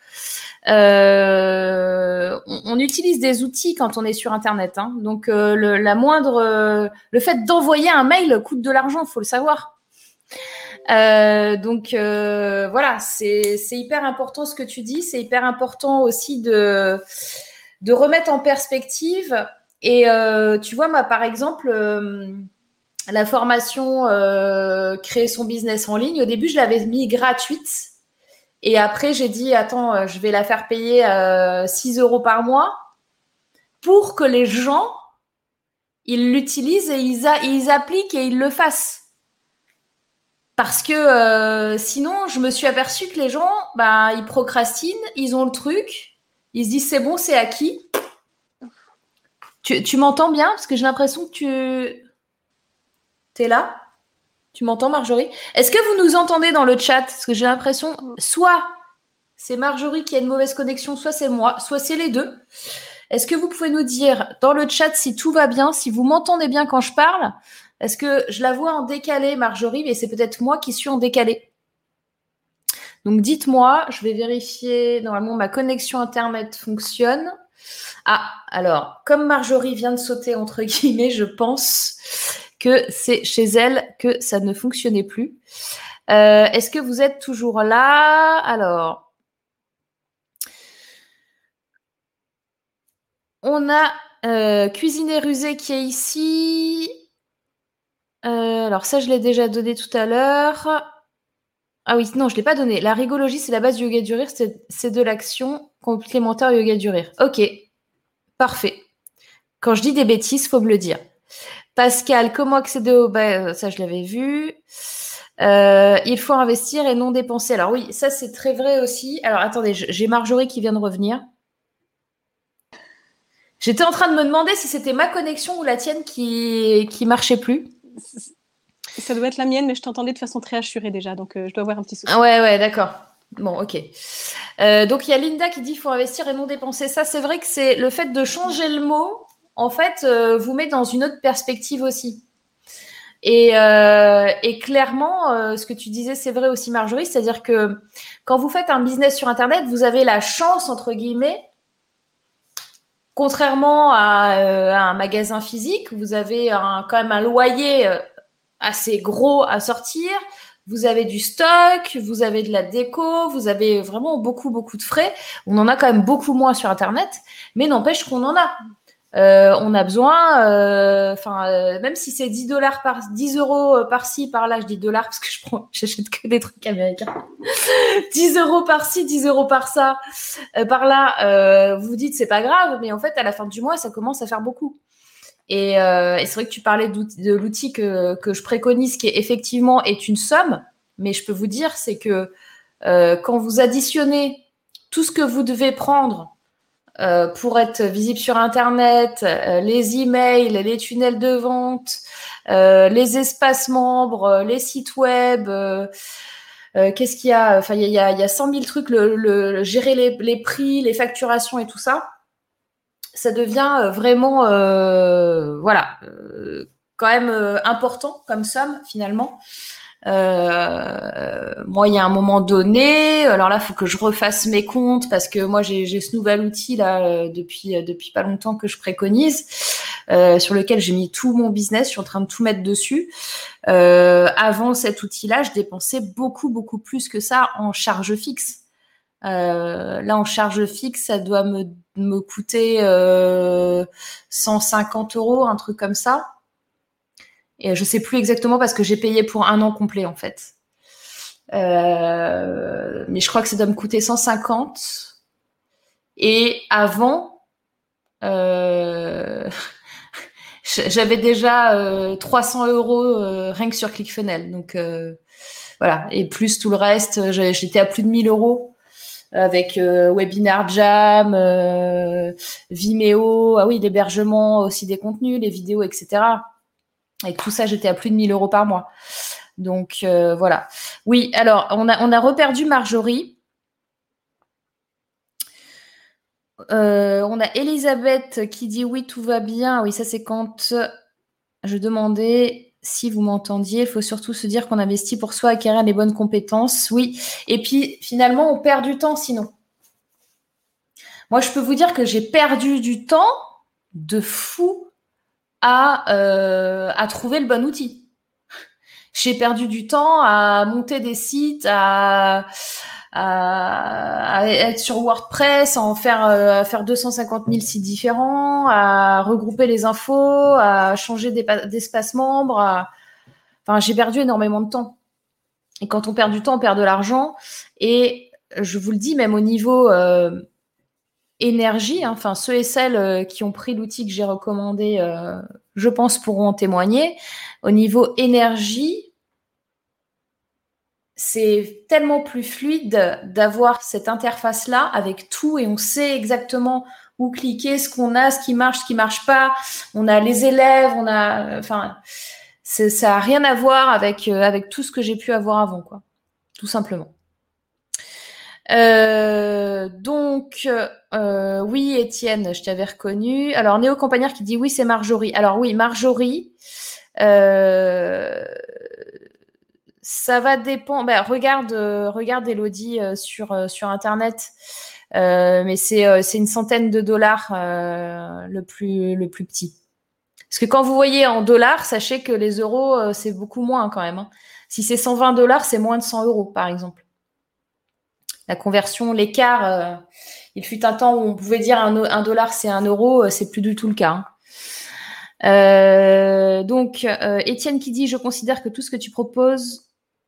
On utilise des outils quand on est sur Internet. Hein. Donc le fait d'envoyer un mail coûte de l'argent, faut le savoir. Donc voilà, c'est hyper important ce que tu dis. C'est hyper important aussi de remettre en perspective. Et tu vois, moi, par exemple, la formation créer son business en ligne, au début, je l'avais mis gratuite. Et après, j'ai dit, attends, je vais la faire payer 6 € par mois pour que les gens, ils l'utilisent et ils appliquent et ils le fassent. Parce que sinon, je me suis aperçue que les gens, ils procrastinent, ils ont le truc, ils se disent c'est bon, c'est acquis. Tu m'entends bien? Parce que j'ai l'impression que tu es là. Tu m'entends, Marjorie? Est-ce que vous nous entendez dans le chat? Parce que j'ai l'impression, soit c'est Marjorie qui a une mauvaise connexion, soit c'est moi, soit c'est les deux. Est-ce que vous pouvez nous dire dans le chat si tout va bien, si vous m'entendez bien quand je parle? Est-ce que je la vois en décalé, Marjorie, mais c'est peut-être moi qui suis en décalé. Donc dites-moi, je vais vérifier. Normalement, ma connexion Internet fonctionne. Ah, alors, comme Marjorie vient de sauter, entre guillemets, je pense que c'est chez elle que ça ne fonctionnait plus. Est-ce que vous êtes toujours là? Alors, on a Cuisiner Rusé qui est ici. Alors ça, je l'ai déjà donné tout à l'heure. Ah oui, non, je ne l'ai pas donné. La rigologie, c'est la base du yoga du rire. C'est de l'action complémentaire au yoga du rire. Ok, parfait. Quand je dis des bêtises, il faut me le dire. Pascal, comment accéder au... ça, je l'avais vu. Il faut investir et non dépenser. Alors oui, ça, c'est très vrai aussi. Alors attendez, j'ai Marjorie qui vient de revenir. J'étais en train de me demander si c'était ma connexion ou la tienne qui marchait plus. Ça doit être la mienne, mais je t'entendais de façon très assurée déjà, donc je dois avoir un petit souci. Ouais, d'accord. Bon, ok. Donc, il y a Linda qui dit qu'il faut investir et non dépenser. Ça, c'est vrai que c'est le fait de changer le mot, en fait, vous met dans une autre perspective aussi. Et clairement, ce que tu disais, c'est vrai aussi, Marjorie, c'est-à-dire que quand vous faites un business sur Internet, vous avez la chance, entre guillemets, contrairement à un magasin physique, vous avez quand même un loyer assez gros à sortir. Vous avez du stock, vous avez de la déco, vous avez vraiment beaucoup, beaucoup de frais. On en a quand même beaucoup moins sur Internet, mais n'empêche qu'on en a. On a besoin, même si c'est 10 € par-ci, par-là, je dis dollars parce que j'achète que des trucs américains. 10 € par-ci, 10 € par-ça, par-là, vous dites c'est pas grave, mais en fait, à la fin du mois, ça commence à faire beaucoup. Et c'est vrai que tu parlais de l'outil que je préconise, qui effectivement est une somme, mais je peux vous dire, c'est que quand vous additionnez tout ce que vous devez prendre pour être visible sur Internet, les emails, les tunnels de vente, les espaces membres, les sites web, qu'est-ce qu'il y a? Enfin, il y a 100 000 trucs, gérer les prix, les facturations et tout ça. Ça devient vraiment, quand même important comme somme finalement. Moi, il y a un moment donné, alors là, il faut que je refasse mes comptes parce que moi, j'ai ce nouvel outil là depuis pas longtemps que je préconise, sur lequel j'ai mis tout mon business. Je suis en train de tout mettre dessus. Avant cet outil-là, je dépensais beaucoup plus que ça en charge fixe. Là, en charge fixe, ça doit me coûter 150 €, un truc comme ça. Et je sais plus exactement parce que j'ai payé pour un an complet en fait. Mais je crois que ça doit me coûter 150. Et avant, j'avais déjà 300 € rien que sur ClickFunnels. Donc voilà. Et plus tout le reste, j'étais à plus de 1000 € avec Webinar Jam, Vimeo, ah oui, l'hébergement aussi des contenus, les vidéos, etc. Et tout ça, j'étais à plus de 1000 € par mois. Donc, voilà. Oui, alors, on a reperdu Marjorie. On a Elisabeth qui dit oui, tout va bien. Oui, ça, c'est quand je demandais si vous m'entendiez. Il faut surtout se dire qu'on investit pour soi, acquérir les bonnes compétences. Oui. Et puis, finalement, on perd du temps sinon. Moi, je peux vous dire que j'ai perdu du temps de fou à trouver le bon outil. J'ai perdu du temps à monter des sites, à être sur WordPress, à faire 250 000 sites différents, à regrouper les infos, à changer d'espace membre. Enfin, j'ai perdu énormément de temps. Et quand on perd du temps, on perd de l'argent. Et je vous le dis, même au niveau énergie, hein, enfin ceux et celles qui ont pris l'outil que j'ai recommandé, je pense pourront en témoigner. Au niveau énergie, c'est tellement plus fluide d'avoir cette interface-là avec tout et on sait exactement où cliquer, ce qu'on a, ce qui marche pas. On a les élèves, enfin, ça a rien à voir avec tout ce que j'ai pu avoir avant, quoi. Tout simplement. Donc, oui, Étienne, je t'avais reconnu. Alors, Néo Campagnard qui dit oui, c'est Marjorie. Alors oui, Marjorie, ça va dépendre. Ben, regarde Elodie sur Internet. Mais c'est une centaine de dollars le plus petit. Parce que quand vous voyez en dollars, sachez que les euros, c'est beaucoup moins quand même. Hein. Si c'est 120 $, c'est moins de 100 €, par exemple. La conversion, l'écart, il fut un temps où on pouvait dire un dollar c'est 1 €, c'est plus du tout le cas. Hein. Donc, Étienne qui dit, je considère que tout ce que tu proposes,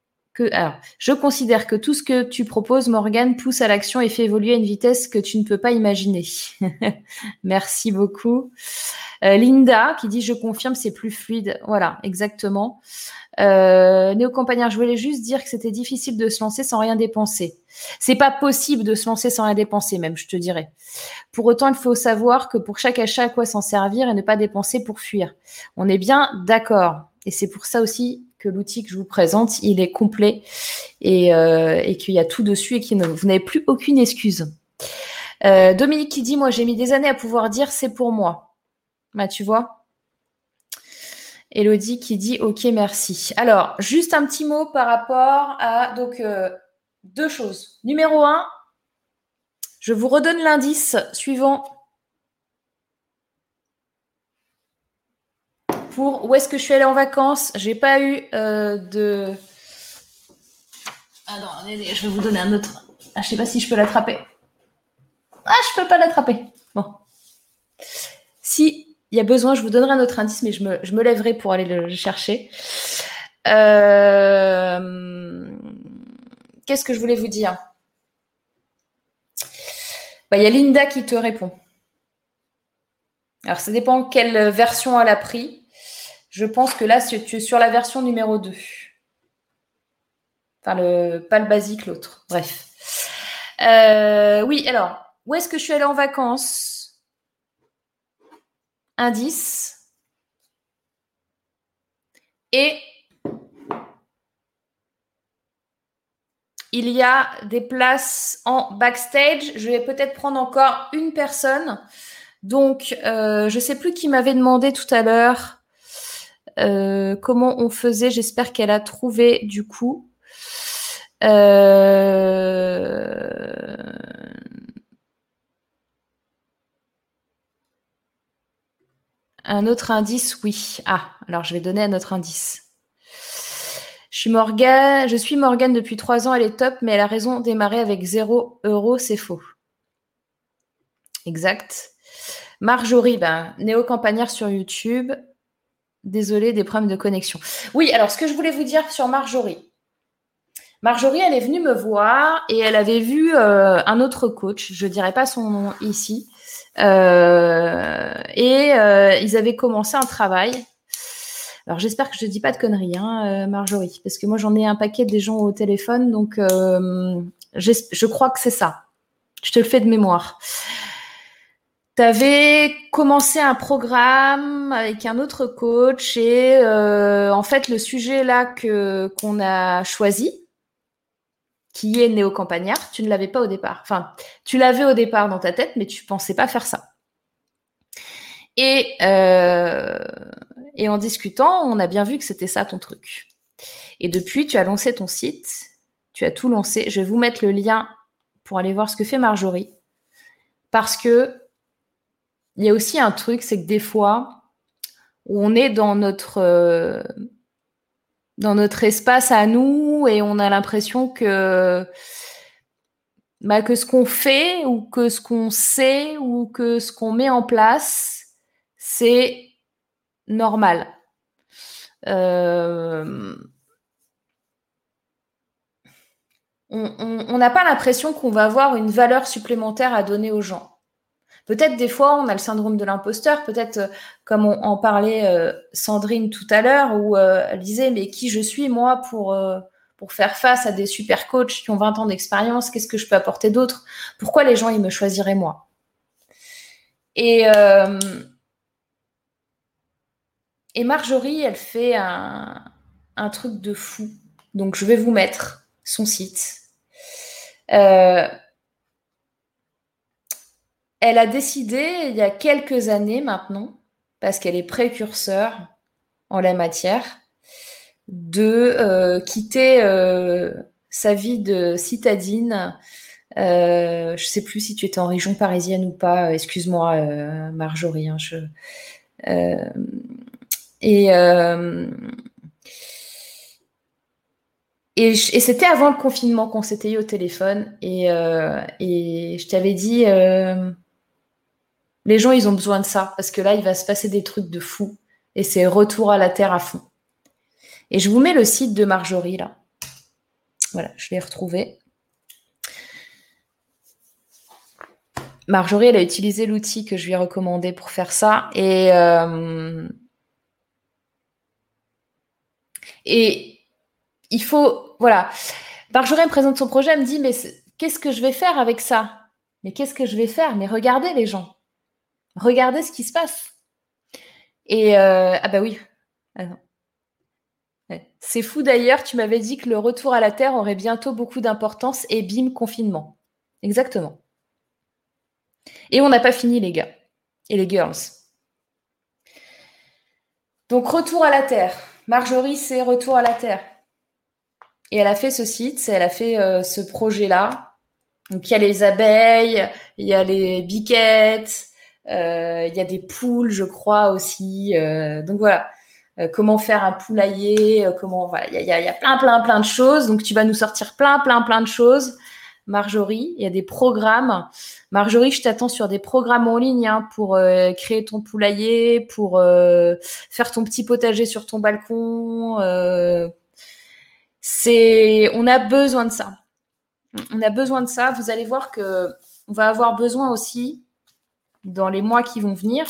Morgane, pousse à l'action et fait évoluer à une vitesse que tu ne peux pas imaginer. Merci beaucoup. Linda qui dit, je confirme, c'est plus fluide. Voilà, exactement. Néo Campagnard, je voulais juste dire que c'était difficile de se lancer sans rien dépenser. C'est pas possible de se lancer sans rien dépenser, même, je te dirais. Pour autant, il faut savoir que pour chaque achat, à quoi s'en servir et ne pas dépenser pour fuir. On est bien d'accord. Et c'est pour ça aussi que l'outil que je vous présente, il est complet et qu'il y a tout dessus et que vous n'avez plus aucune excuse. Dominique qui dit, moi, j'ai mis des années à pouvoir dire c'est pour moi. Bah, tu vois. Elodie qui dit ok, merci. Alors, juste un petit mot par rapport à donc deux choses. Numéro 1, je vous redonne l'indice suivant pour où est-ce que je suis allée en vacances. J'ai pas eu de. Ah non, je vais vous donner un autre. Ah, je sais pas si je peux l'attraper. Ah, je peux pas l'attraper. Bon. Si il y a besoin, je vous donnerai un autre indice, mais je me lèverai pour aller le chercher. Qu'est-ce que je voulais vous dire ? Il y a Linda qui te répond. Alors, ça dépend quelle version elle a pris. Je pense que là, tu es sur la version numéro 2. Enfin, pas le basique, l'autre. Bref. Oui, alors, où est-ce que je suis allée en vacances ? Indice. Et il y a des places en backstage. Je vais peut-être prendre encore une personne. Donc, je ne sais plus qui m'avait demandé tout à l'heure comment on faisait. J'espère qu'elle a trouvé du coup. Un autre indice, oui. Ah, alors je vais donner un autre indice. Je suis Morgane depuis 3 ans, elle est top, mais elle a raison, démarrer avec 0 €, c'est faux. Exact. Marjorie, néo-campagnard sur YouTube. Désolée, des problèmes de connexion. Oui, alors ce que je voulais vous dire sur Marjorie. Marjorie, elle est venue me voir et elle avait vu un autre coach, je ne dirais pas son nom ici, ils avaient commencé un travail. Alors, j'espère que je ne dis pas de conneries, Marjorie, parce que moi, j'en ai un paquet des gens au téléphone, donc je crois que c'est ça. Je te le fais de mémoire. Tu avais commencé un programme avec un autre coach et en fait, le sujet là qu'on a choisi, qui est néo-campagnard, tu ne l'avais pas au départ. Enfin, tu l'avais au départ dans ta tête, mais tu ne pensais pas faire ça. Et en discutant, on a bien vu que c'était ça ton truc. Et depuis, tu as lancé ton site, tu as tout lancé. Je vais vous mettre le lien pour aller voir ce que fait Marjorie. Parce que il y a aussi un truc, c'est que des fois, on est dans notre espace à nous et on a l'impression que ce qu'on fait ou que ce qu'on sait ou que ce qu'on met en place, c'est normal. On n'a pas l'impression qu'on va avoir une valeur supplémentaire à donner aux gens. Peut-être des fois, on a le syndrome de l'imposteur, peut-être comme on en parlait Sandrine tout à l'heure, où elle disait, mais qui je suis moi pour faire face à des super coachs qui ont 20 ans d'expérience, qu'est-ce que je peux apporter d'autre? Pourquoi les gens, ils me choisiraient moi? Et Marjorie, elle fait un truc de fou. Donc, je vais vous mettre son site. Elle a décidé, il y a quelques années maintenant, parce qu'elle est précurseur en la matière, de quitter sa vie de citadine. Je ne sais plus si tu étais en région parisienne ou pas. Excuse-moi, Marjorie. Et c'était avant le confinement qu'on s'était eu au téléphone. Et je t'avais dit, les gens, ils ont besoin de ça. Parce que là, il va se passer des trucs de fou. Et c'est retour à la terre à fond. Et je vous mets le site de Marjorie, là. Voilà, je l'ai retrouvé. Marjorie, elle a utilisé l'outil que je lui ai recommandé pour faire ça. Et il faut... Voilà. Marjorie me présente son projet, elle me dit, mais qu'est-ce que je vais faire avec ça? Mais qu'est-ce que je vais faire? Mais regardez les gens. Regardez ce qui se passe. Et ah bah oui. Attends. Ouais. C'est fou d'ailleurs, tu m'avais dit que le retour à la Terre aurait bientôt beaucoup d'importance et bim, confinement. Exactement. Et on n'a pas fini les gars et les girls. Donc retour à la Terre. Marjorie, c'est retour à la Terre. Et elle a fait ce site, elle a fait ce projet-là. Donc il y a les abeilles, il y a les biquettes, il y a des poules, je crois aussi. Donc voilà. Comment faire un poulailler, voilà, il y a plein de choses. Donc tu vas nous sortir plein de choses, Marjorie. Il y a des programmes. Marjorie, je t'attends sur des programmes en ligne pour créer ton poulailler, pour faire ton petit potager sur ton balcon. On a besoin de ça. On a besoin de ça. Vous allez voir que on va avoir besoin aussi, dans les mois qui vont venir,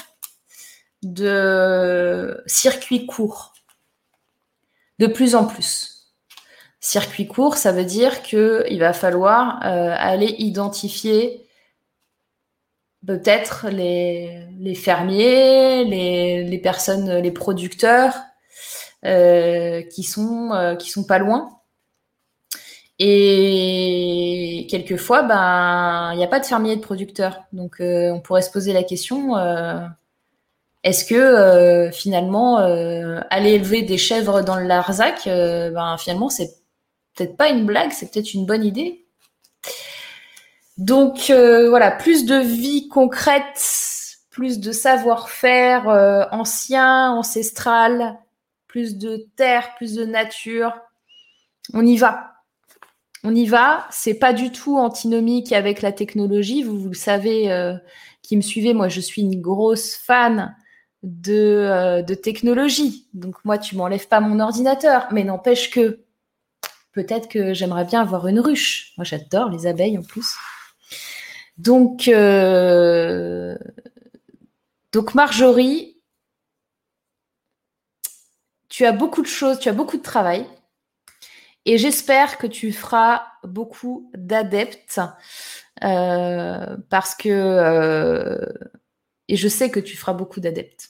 de circuits courts. De plus en plus. Circuit court, ça veut dire qu'il va falloir aller identifier peut-être les fermiers, les personnes, les producteurs qui sont pas loin. Et quelquefois, il n'y a pas de fermiers et de producteurs. Donc, on pourrait se poser la question, Est-ce que finalement, aller élever des chèvres dans le Larzac, finalement, c'est peut-être pas une blague, c'est peut-être une bonne idée. Donc voilà, plus de vie concrète, plus de savoir-faire ancien, ancestral, plus de terre, plus de nature. On y va. On y va. C'est pas du tout antinomique avec la technologie. Vous le savez, qui me suivez, moi je suis une grosse fan de technologie. Donc moi, tu m'enlèves pas mon ordinateur, mais n'empêche que peut-être que j'aimerais bien avoir une ruche. Moi, j'adore les abeilles en plus. Donc Marjorie, tu as beaucoup de choses, tu as beaucoup de travail. Et j'espère que tu feras beaucoup d'adeptes parce que... et je sais que tu feras beaucoup d'adeptes.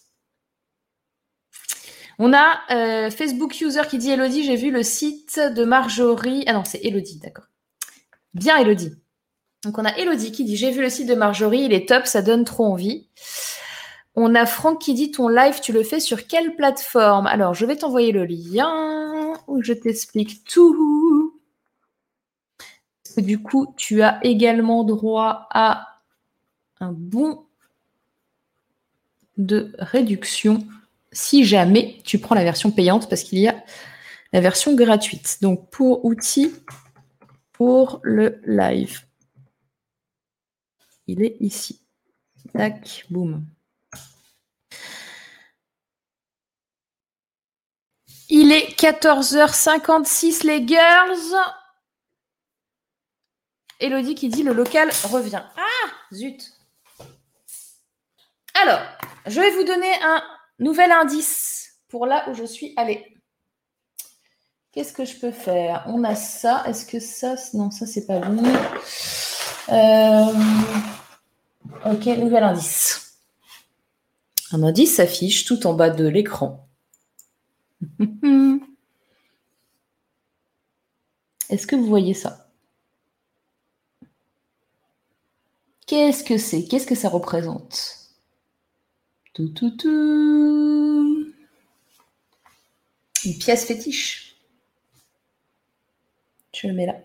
On a Facebook User qui dit « Elodie, j'ai vu le site de Marjorie. » Ah non, c'est Elodie, d'accord. Bien, Elodie. Donc, on a Elodie qui dit « J'ai vu le site de Marjorie, il est top, ça donne trop envie. » On a Franck qui dit « Ton live, tu le fais sur quelle plateforme ?» Alors, je vais t'envoyer le lien où je t'explique tout. Parce que du coup, tu as également droit à un bon de réduction si jamais tu prends la version payante parce qu'il y a la version gratuite. Donc, pour outils, pour le live. Il est ici. Tac, boum. Il est 14h56, les girls. Elodie qui dit le local revient. Ah, zut. Alors, je vais vous donner un nouvel indice pour là où je suis allée. Qu'est-ce que je peux faire? On a ça. Est-ce que ça... Non, ça, c'est pas bon. Ok, nouvel indice. Un indice s'affiche tout en bas de l'écran. Est-ce que vous voyez ça? Qu'est-ce que c'est? Qu'est-ce que ça représente? Une pièce fétiche. Je le mets là.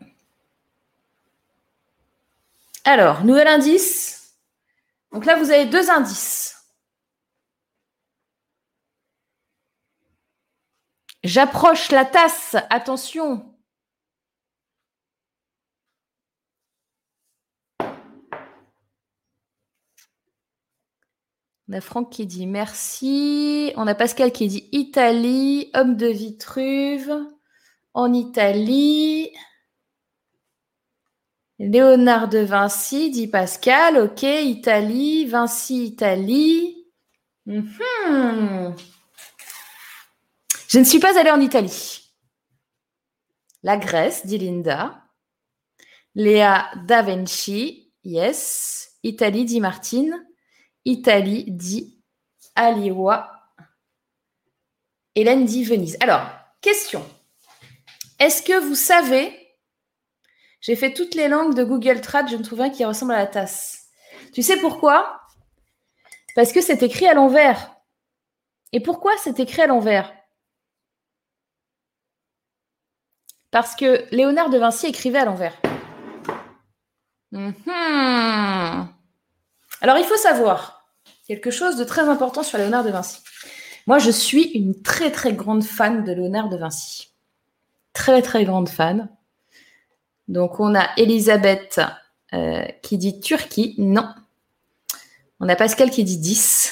Alors, nouvel indice. Donc là, vous avez deux indices. J'approche la tasse. Attention. On a Franck qui dit merci. On a Pascal qui dit Italie, homme de Vitruve, en Italie. Léonard de Vinci, dit Pascal. Ok, Italie, Vinci, Italie. Je ne suis pas allée en Italie. La Grèce, dit Linda. Léa da Vinci, yes. Italie, dit Martine. Italie, dit Aliwa. Hélène dit Venise. Alors, question. Est-ce que vous savez, j'ai fait toutes les langues de Google Trad, je ne trouve un qui ressemble à la tasse. Tu sais pourquoi? Parce que c'est écrit à l'envers. Et pourquoi c'est écrit à l'envers? Parce que Léonard de Vinci écrivait à l'envers. Alors, il faut savoir quelque chose de très important sur Léonard de Vinci. Moi, je suis une très, très grande fan de Léonard de Vinci. Très, très grande fan. Donc, on a Elisabeth qui dit Turquie. Non. On a Pascal qui dit 10.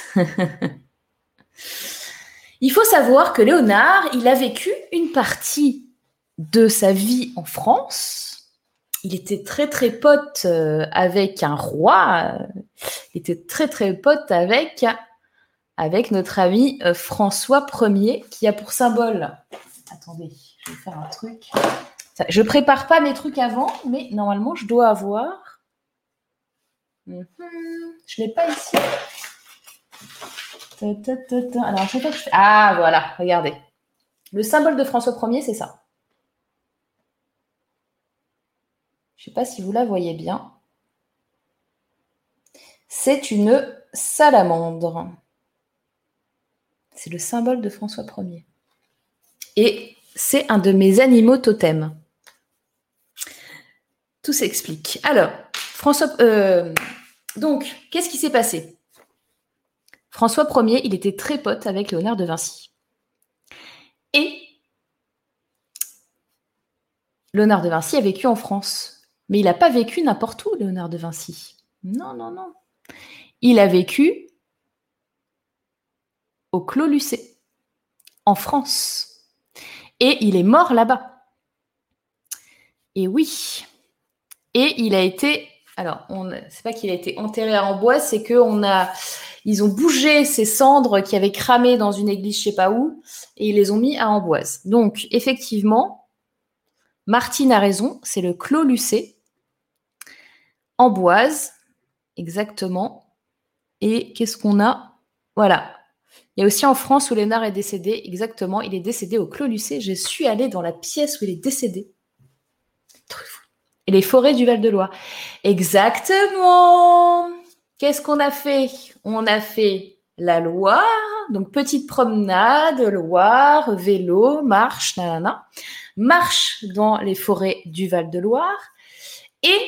Il faut savoir que Léonard, il a vécu une partie de sa vie en France. Il était très, très pote avec un roi. Il était très, très pote avec notre ami François Ier, qui a pour symbole... Attendez, je vais faire un truc. Je ne prépare pas mes trucs avant, mais normalement, je dois avoir... Je ne l'ai pas ici. Alors, à chaque fois que je fais... Ah, voilà, regardez. Le symbole de François Ier, c'est ça. Je ne sais pas si vous la voyez bien. C'est une salamandre. C'est le symbole de François Ier. Et c'est un de mes animaux totems. Tout s'explique. Alors, donc, qu'est-ce qui s'est passé? François Ier, il était très pote avec Léonard de Vinci. Et Léonard de Vinci a vécu en France. Mais il n'a pas vécu n'importe où, Léonard de Vinci. Non, non, non. Il a vécu au Clos Lucé, en France. Et il est mort là-bas. Et oui. Et il a été... Alors, c'est pas qu'il a été enterré à Amboise, c'est ils ont bougé ces cendres qui avaient cramé dans une église je sais pas où, et ils les ont mis à Amboise. Donc, effectivement, Martine a raison, c'est le Clos Lucé, Amboise, exactement. Et qu'est-ce qu'on a? Voilà. Il y a aussi en France où Léonard est décédé, exactement, il est décédé au Clos Lucé. Je suis allée dans la pièce où il est décédé. Et les forêts du Val-de-Loire. Exactement. Qu'est-ce qu'on a fait? On a fait la Loire, donc petite promenade, Loire, vélo, marche, nanana. Marche dans les forêts du Val-de-Loire et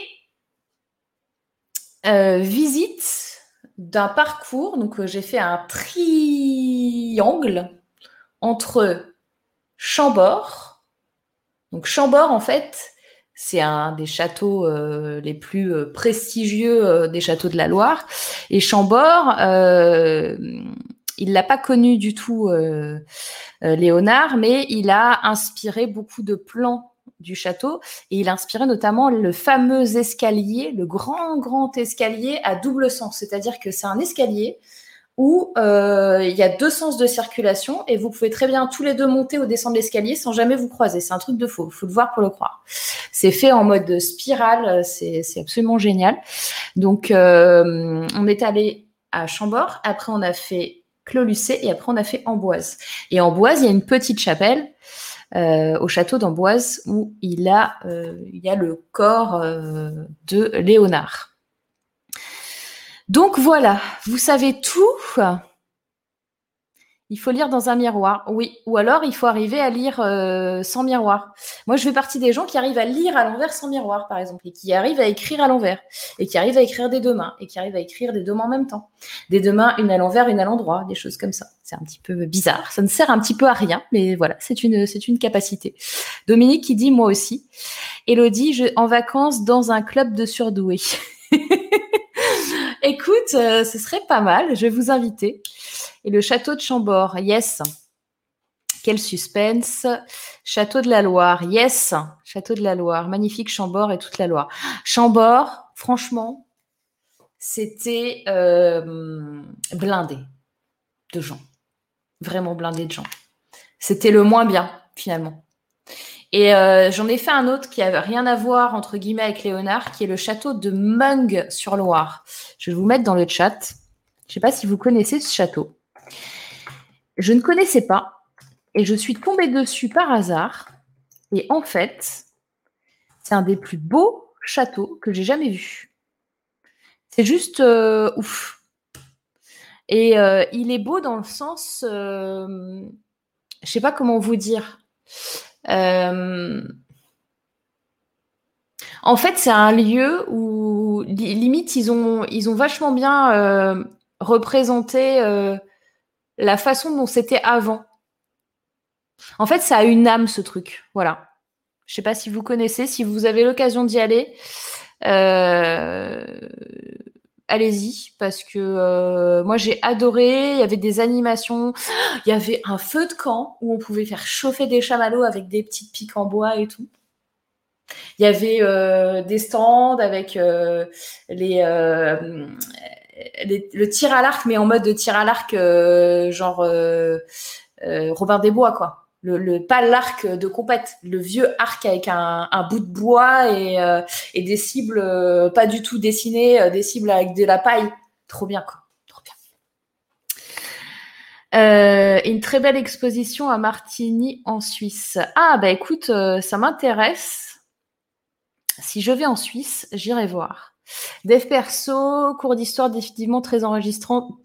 visite d'un parcours. Donc j'ai fait un triangle entre Chambord. Donc Chambord, en fait, c'est un des châteaux les plus prestigieux des châteaux de la Loire. Et Chambord, il l'a pas connu du tout, Léonard, mais il a inspiré beaucoup de plans du château et il a inspiré notamment le fameux escalier, le grand escalier à double sens. C'est-à-dire que c'est un escalier où il y a 2 sens de circulation et vous pouvez très bien tous les deux monter ou descendre l'escalier sans jamais vous croiser. C'est un truc de faux, il faut le voir pour le croire. C'est fait en mode spirale, c'est absolument génial. Donc, on est allé à Chambord, après on a fait Clos Lucé et après on a fait Amboise. Et Amboise, il y a une petite chapelle au château d'Amboise où il y a le corps de Léonard. Donc voilà, vous savez tout. Il faut lire dans un miroir, oui. Ou alors, il faut arriver à lire sans miroir. Moi, je fais partie des gens qui arrivent à lire à l'envers sans miroir, par exemple, et qui arrivent à écrire à l'envers, et qui arrivent à écrire des 2 mains, et qui arrivent à écrire des 2 mains en même temps. Des 2 mains, une à l'envers, une à l'endroit, des choses comme ça. C'est un petit peu bizarre, ça ne sert un petit peu à rien, mais voilà, c'est une capacité. Dominique qui dit « moi aussi ». Élodie, en vacances dans un club de surdoués. Écoute, ce serait pas mal, je vais vous inviter. Et le château de Chambord, yes. Quel suspense. Château de la Loire, yes. Château de la Loire, magnifique Chambord et toute la Loire. Chambord, franchement, c'était blindé de gens. Vraiment blindé de gens. C'était le moins bien, finalement. Et j'en ai fait un autre qui n'avait rien à voir, entre guillemets, avec Léonard, qui est le château de Meung-sur-Loire. Je vais vous mettre dans le chat. Je ne sais pas si vous connaissez ce château. Je ne connaissais pas et je suis tombée dessus par hasard. Et en fait, c'est un des plus beaux châteaux que j'ai jamais vu. C'est juste ouf. Et il est beau dans le sens... je ne sais pas comment vous dire. En fait, c'est un lieu où, limite, ils ont vachement bien représenté la façon dont c'était avant. En fait, ça a une âme, ce truc. Voilà. Je ne sais pas si vous connaissez. Si vous avez l'occasion d'y aller, allez-y. Parce que moi, j'ai adoré. Il y avait des animations. Il y avait un feu de camp où on pouvait faire chauffer des chamallows avec des petites piques en bois et tout. Il y avait des stands avec le tir à l'arc, mais en mode de tir à l'arc genre Robin des Bois, quoi. Pas l'arc de compète, le vieux arc avec un bout de bois et des cibles pas du tout dessinées, des cibles avec de la paille. Trop bien, quoi. Trop bien. Une très belle exposition à Martigny en Suisse. Ah, bah écoute, ça m'intéresse. Si je vais en Suisse, j'irai voir. Dev perso, cours d'histoire définitivement très enregistrant,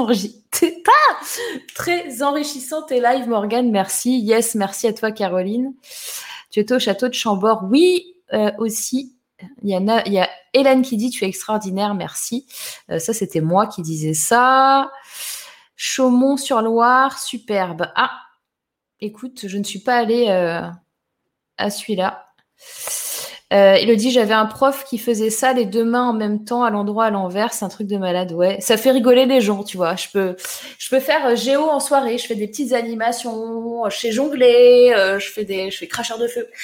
très enrichissant tes lives, Morgane, merci. Yes, merci à toi, Caroline. Tu étais au château de Chambord, oui, aussi. Il y a Hélène qui dit tu es extraordinaire, merci. Ça, c'était moi qui disais ça. Chaumont-sur-Loire, superbe. Ah, écoute, je ne suis pas allée à celui-là. Elodie, j'avais un prof qui faisait ça, les deux mains en même temps, à l'endroit, à l'envers. C'est un truc de malade, ouais. Ça fait rigoler les gens, tu vois. Je peux faire géo en soirée. Je fais des petites animations. Je sais jongler. Je fais cracheur de feu.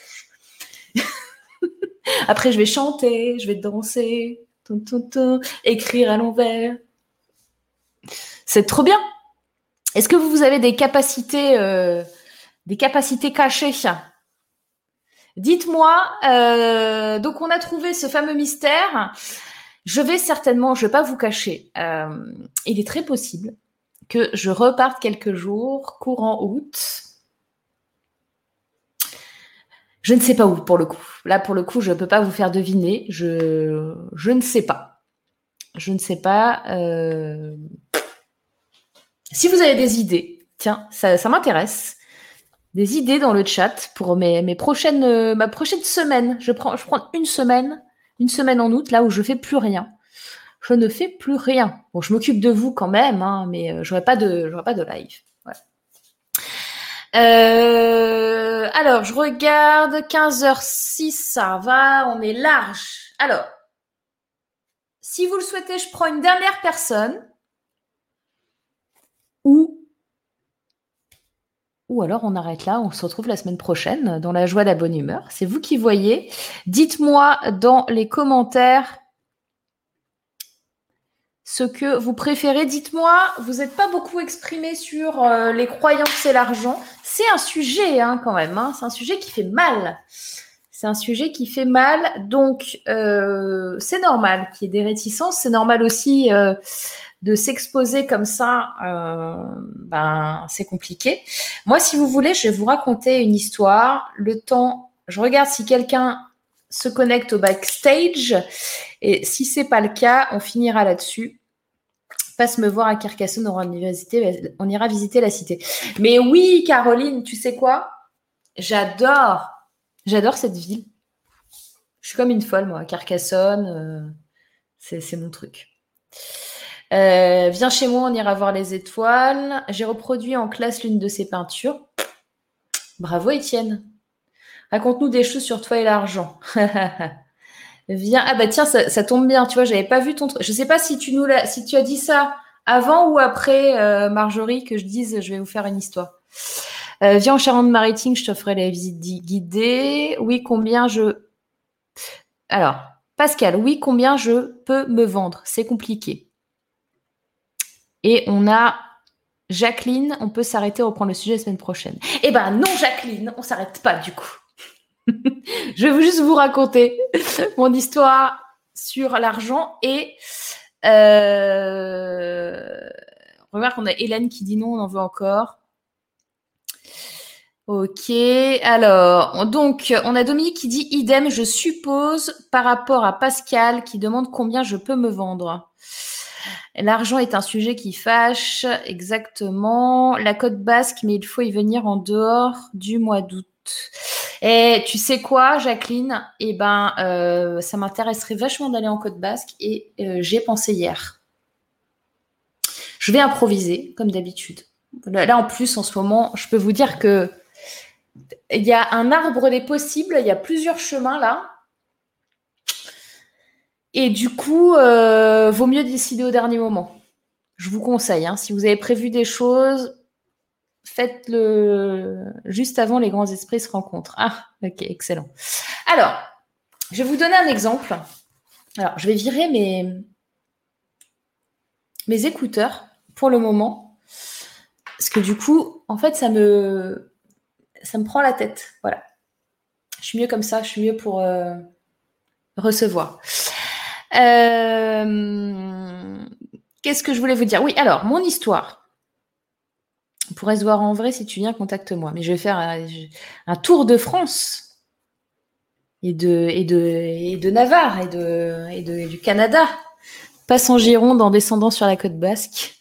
Après, je vais chanter. Je vais danser. Écrire à l'envers. C'est trop bien. Est-ce que vous avez des capacités cachées? Dites-moi, donc on a trouvé ce fameux mystère. Je vais pas vous cacher, il est très possible que je reparte quelques jours, courant août. Je ne sais pas où, pour le coup. Là, pour le coup, je ne peux pas vous faire deviner. Je ne sais pas. Je ne sais pas. Si vous avez des idées, tiens, ça m'intéresse. Des idées dans le chat pour ma prochaine semaine. Je prends une semaine en août, là où je fais plus rien. Je ne fais plus rien. Bon, je m'occupe de vous quand même, hein, mais j'aurai pas de live. Voilà. Alors, je regarde 15h06, ça va, on est large. Alors, si vous le souhaitez, je prends une dernière personne ou alors on arrête là, on se retrouve la semaine prochaine dans la joie de la bonne humeur. C'est vous qui voyez. Dites-moi dans les commentaires ce que vous préférez. Dites-moi, vous n'êtes pas beaucoup exprimé sur les croyances et l'argent. C'est un sujet quand même, hein. C'est un sujet qui fait mal. Donc c'est normal qu'il y ait des réticences. C'est normal aussi de s'exposer comme ça, c'est compliqué. Moi, si vous voulez, je vais vous raconter une histoire. Le temps, je regarde si quelqu'un se connecte au backstage. Et si c'est pas le cas, on finira là-dessus. Passe me voir à Carcassonne, on ira visiter la cité. Mais oui, Caroline, tu sais quoi? J'adore cette ville. Je suis comme une folle, moi. Carcassonne, c'est mon truc. Viens chez moi, on ira voir les étoiles. J'ai reproduit en classe l'une de ses peintures. Bravo, Étienne. Raconte-nous des choses sur toi et l'argent. Viens. Ah bah tiens, ça tombe bien. Tu vois, j'avais pas vu ton truc. Je sais pas si tu as dit ça avant ou après, Marjorie, que je dise, je vais vous faire une histoire. Viens en Charente-Maritime, je t'offrerai la visite guidée. Oui, combien Alors, Pascal, oui, combien je peux me vendre? C'est compliqué. Et on a Jacqueline, on peut s'arrêter, reprendre le sujet la semaine prochaine. Eh ben non, Jacqueline, on s'arrête pas du coup. Je vais juste vous raconter mon histoire sur l'argent et remarque, on a Hélène qui dit non, on en veut encore. Ok, alors, donc, on a Dominique qui dit idem, je suppose, par rapport à Pascal qui demande combien je peux me vendre. L'argent est un sujet qui fâche, exactement. La côte basque, mais il faut y venir en dehors du mois d'août. Et tu sais quoi, Jacqueline? Ça m'intéresserait vachement d'aller en côte basque et j'ai pensé hier. Je vais improviser, comme d'habitude. Là, en plus, en ce moment, je peux vous dire que il y a un arbre des possibles, il y a plusieurs chemins là. Et du coup, vaut mieux décider au dernier moment. Je vous conseille, si vous avez prévu des choses, faites-le juste avant les grands esprits se rencontrent. Ah, ok, excellent. Alors, je vais vous donner un exemple. Alors, je vais virer mes écouteurs pour le moment. Parce que du coup, en fait, ça me prend la tête. Voilà. Je suis mieux comme ça, je suis mieux pour recevoir. Qu'est-ce que je voulais vous dire? Oui, alors, mon histoire. On pourrait se voir en vrai, si tu viens, contacte-moi. Mais je vais faire un tour de France. de Navarre et du Canada. Passe en Gironde en descendant sur la côte basque.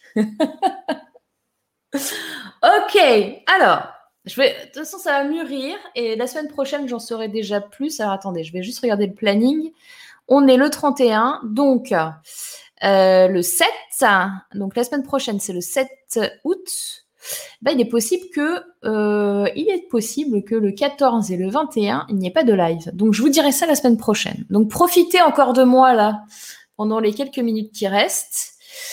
Ok, alors, de toute façon, ça va mûrir et la semaine prochaine, j'en saurai déjà plus. Alors, attendez, je vais juste regarder le planning. On est le 31, donc le 7. Donc, la semaine prochaine, c'est le 7 août. Ben, il est possible que le 14 et le 21, il n'y ait pas de live. Donc, je vous dirai ça la semaine prochaine. Donc, profitez encore de moi, là, pendant les quelques minutes qui restent.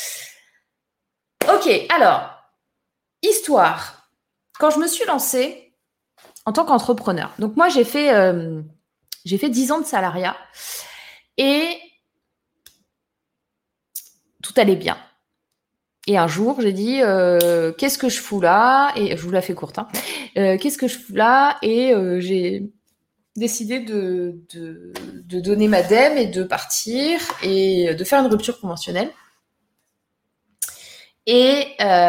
Ok, alors, histoire. Quand je me suis lancée en tant qu'entrepreneur, donc moi, j'ai fait 10 ans de salariat et tout allait bien. Et un jour, j'ai dit, qu'est-ce que je fous là? Et je vous la fais courte. Hein. Qu'est-ce que je fous là? Et j'ai décidé de donner ma dème et de partir et de faire une rupture conventionnelle. Et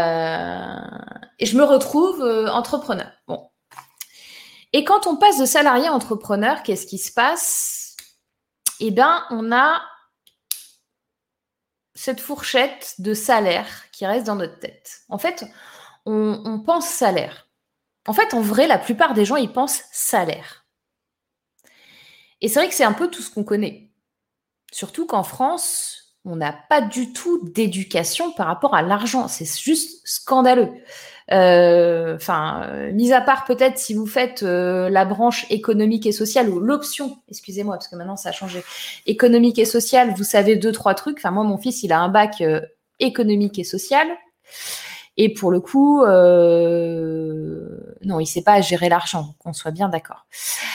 je me retrouve entrepreneur. Bon. Et quand on passe de salarié à entrepreneur, qu'est-ce qui se passe? Eh bien, on a cette fourchette de salaire qui reste dans notre tête. En fait, on pense salaire. En fait, en vrai, la plupart des gens, ils pensent salaire. Et c'est vrai que c'est un peu tout ce qu'on connaît. Surtout qu'en France, on n'a pas du tout d'éducation par rapport à l'argent. C'est juste scandaleux. Mis à part peut-être si vous faites la branche économique et sociale ou l'option, excusez-moi, parce que maintenant ça a changé, économique et sociale, vous savez 2-3 trucs. Enfin, moi, mon fils, il a un bac économique et social. Et pour le coup, non, il ne sait pas gérer l'argent, qu'on soit bien d'accord.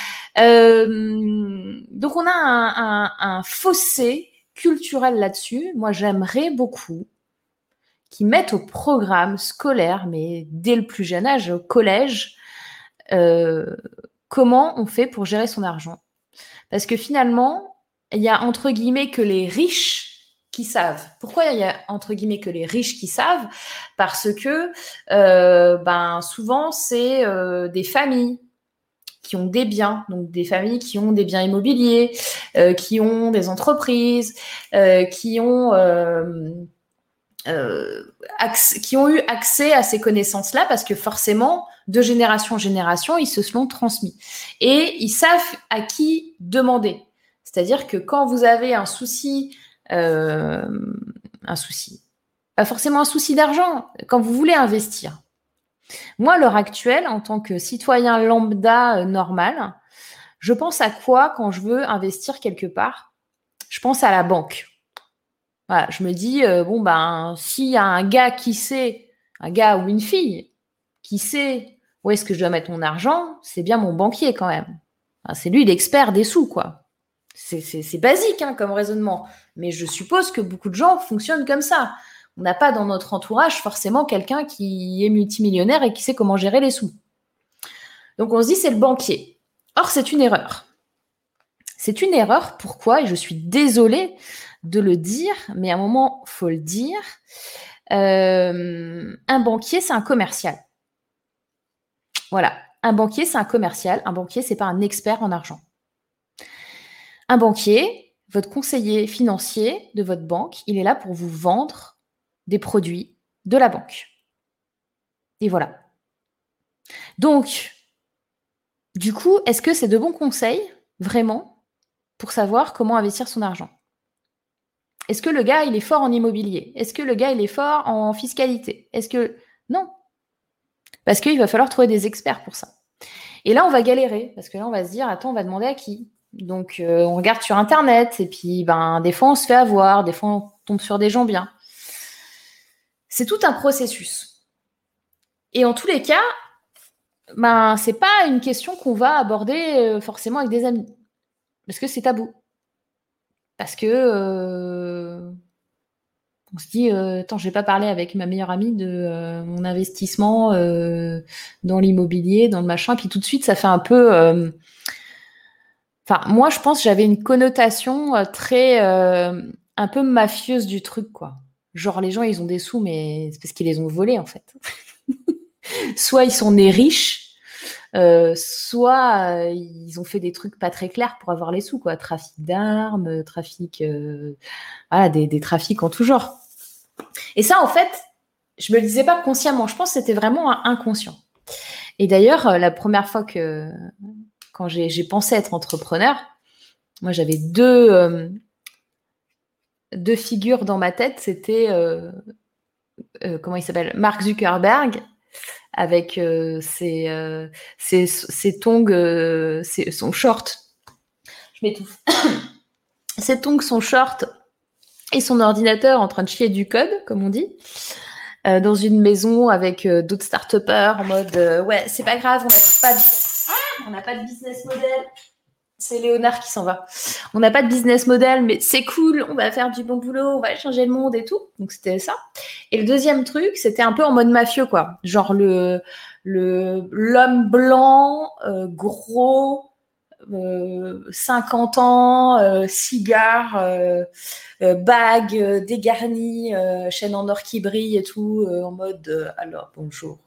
Donc, on a un fossé culturel là-dessus. Moi, j'aimerais beaucoup qui mettent au programme scolaire, mais dès le plus jeune âge, au collège, comment on fait pour gérer son argent. Parce que finalement, il y a entre guillemets que les riches qui savent. Pourquoi il y a entre guillemets que les riches qui savent? Parce que souvent, c'est des familles qui ont des biens, donc des familles qui ont des biens immobiliers, qui ont des entreprises, qui ont eu accès à ces connaissances-là parce que forcément, de génération en génération, ils se sont transmis. Et ils savent à qui demander. C'est-à-dire que quand vous avez un souci, pas forcément un souci d'argent, quand vous voulez investir. Moi, à l'heure actuelle, en tant que citoyen lambda normal, je pense à quoi quand je veux investir quelque part? Je pense à la banque. Voilà, je me dis, s'il y a un gars ou une fille qui sait où est-ce que je dois mettre mon argent, c'est bien mon banquier quand même. Enfin, c'est lui l'expert des sous, quoi. C'est basique comme raisonnement, mais je suppose que beaucoup de gens fonctionnent comme ça. On n'a pas dans notre entourage forcément quelqu'un qui est multimillionnaire et qui sait comment gérer les sous. Donc on se dit c'est le banquier. Or, c'est une erreur. C'est une erreur, pourquoi? Et je suis désolée de le dire, mais à un moment, il faut le dire. Un banquier, c'est un commercial. Voilà. Un banquier, c'est un commercial. Un banquier, c'est pas un expert en argent. Un banquier, votre conseiller financier de votre banque, il est là pour vous vendre des produits de la banque. Et voilà. Donc, du coup, est-ce que c'est de bons conseils, vraiment, pour savoir comment investir son argent? Est-ce que le gars, il est fort en immobilier? Est-ce que le gars, il est fort en fiscalité? Non. Parce qu'il va falloir trouver des experts pour ça. Et là, on va galérer, parce que là, on va se dire, attends, on va demander à qui? Donc, on regarde sur Internet, et puis, des fois, on se fait avoir, des fois, on tombe sur des gens bien. C'est tout un processus. Et en tous les cas, c'est pas une question qu'on va aborder forcément avec des amis. Parce que c'est tabou. Parce que on se dit, attends, je vais pas parler avec ma meilleure amie de mon investissement dans l'immobilier, dans le machin. Puis tout de suite, ça fait un peu... moi, je pense que j'avais une connotation très... un peu mafieuse du truc, quoi. Genre, les gens, ils ont des sous, mais c'est parce qu'ils les ont volés, en fait. Soit ils sont nés riches, soit ils ont fait des trucs pas très clairs pour avoir les sous, quoi. Trafic d'armes, trafic, voilà, des trafics en tout genre. Et ça, en fait, je me le disais pas consciemment. Je pense que c'était vraiment inconscient. Et d'ailleurs, la première fois quand j'ai pensé être entrepreneur, moi, j'avais deux figures dans ma tête. C'était, comment il s'appelle, Mark Zuckerberg, avec ses tongs, son short. Je m'étouffe. Ses tongs, son short et son ordinateur en train de chier du code, comme on dit, dans une maison avec d'autres start-upers en mode ouais, c'est pas grave, on n'a pas de business model. C'est Léonard qui s'en va. On n'a pas de business model, mais c'est cool, on va faire du bon boulot, on va changer le monde et tout. Donc, c'était ça. Et le deuxième truc, c'était un peu en mode mafieux, quoi. Genre l'homme blanc, gros, 50 ans, cigare, bague dégarnie, chaîne en or qui brille et tout, en mode alors, bonjour.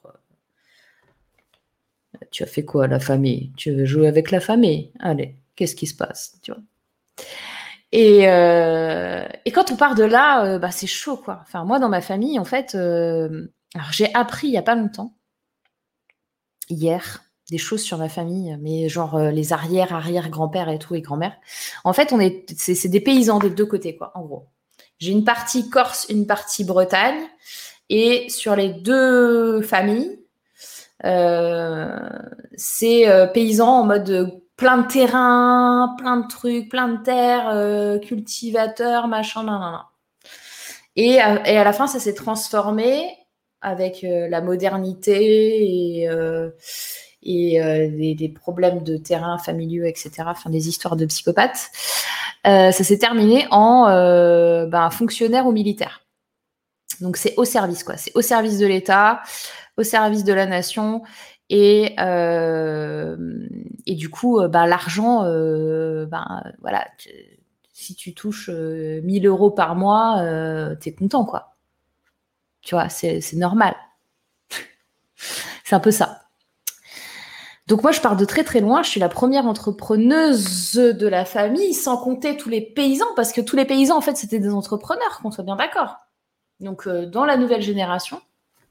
Tu as fait quoi, la famille? Tu veux jouer avec la famille? Allez, qu'est-ce qui se passe, tu vois? Et quand on part de là, bah, c'est chaud, quoi. Enfin, moi, dans ma famille, en fait, alors j'ai appris il y a pas longtemps, hier, des choses sur ma famille, mais genre les arrière-grands-pères et tout, et grand-mère. En fait, c'est des paysans des deux côtés, quoi, en gros. J'ai une partie Corse, une partie Bretagne, et sur les deux familles, c'est paysans en mode plein de terrain, plein de trucs, plein de terres, cultivateurs, machin, nan. Et à la fin, ça s'est transformé avec la modernité et des problèmes de terrain familiaux, etc. Enfin, des histoires de psychopathes. Ça s'est terminé en fonctionnaire ou militaire. Donc, c'est au service, quoi. C'est au service de l'État, au service de la nation. Et du coup, l'argent, voilà, si tu touches 1000 euros par mois, t'es content, quoi. Tu vois, c'est normal. C'est un peu ça. Donc moi, je pars de très très loin. Je suis la première entrepreneuse de la famille, sans compter tous les paysans, parce que tous les paysans, en fait, c'était des entrepreneurs, qu'on soit bien d'accord. Donc, dans la nouvelle génération.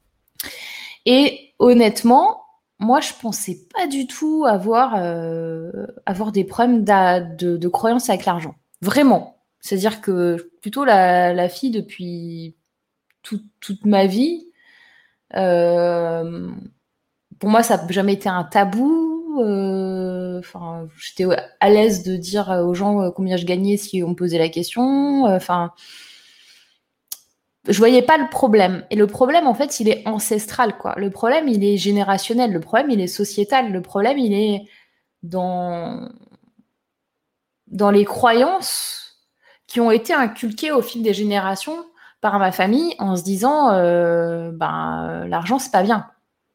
Et honnêtement, moi, je pensais pas du tout avoir des problèmes de croyance avec l'argent. Vraiment. C'est-à-dire que plutôt la fille depuis toute ma vie, pour moi, ça n'a jamais été un tabou. Enfin, j'étais à l'aise de dire aux gens combien je gagnais si on me posait la question. Enfin, je voyais pas le problème. Et le problème, en fait, il est ancestral, quoi. Le problème, il est générationnel. Le problème, il est sociétal. Le problème, il est dans les croyances qui ont été inculquées au fil des générations par ma famille en se disant l'argent, c'est pas bien.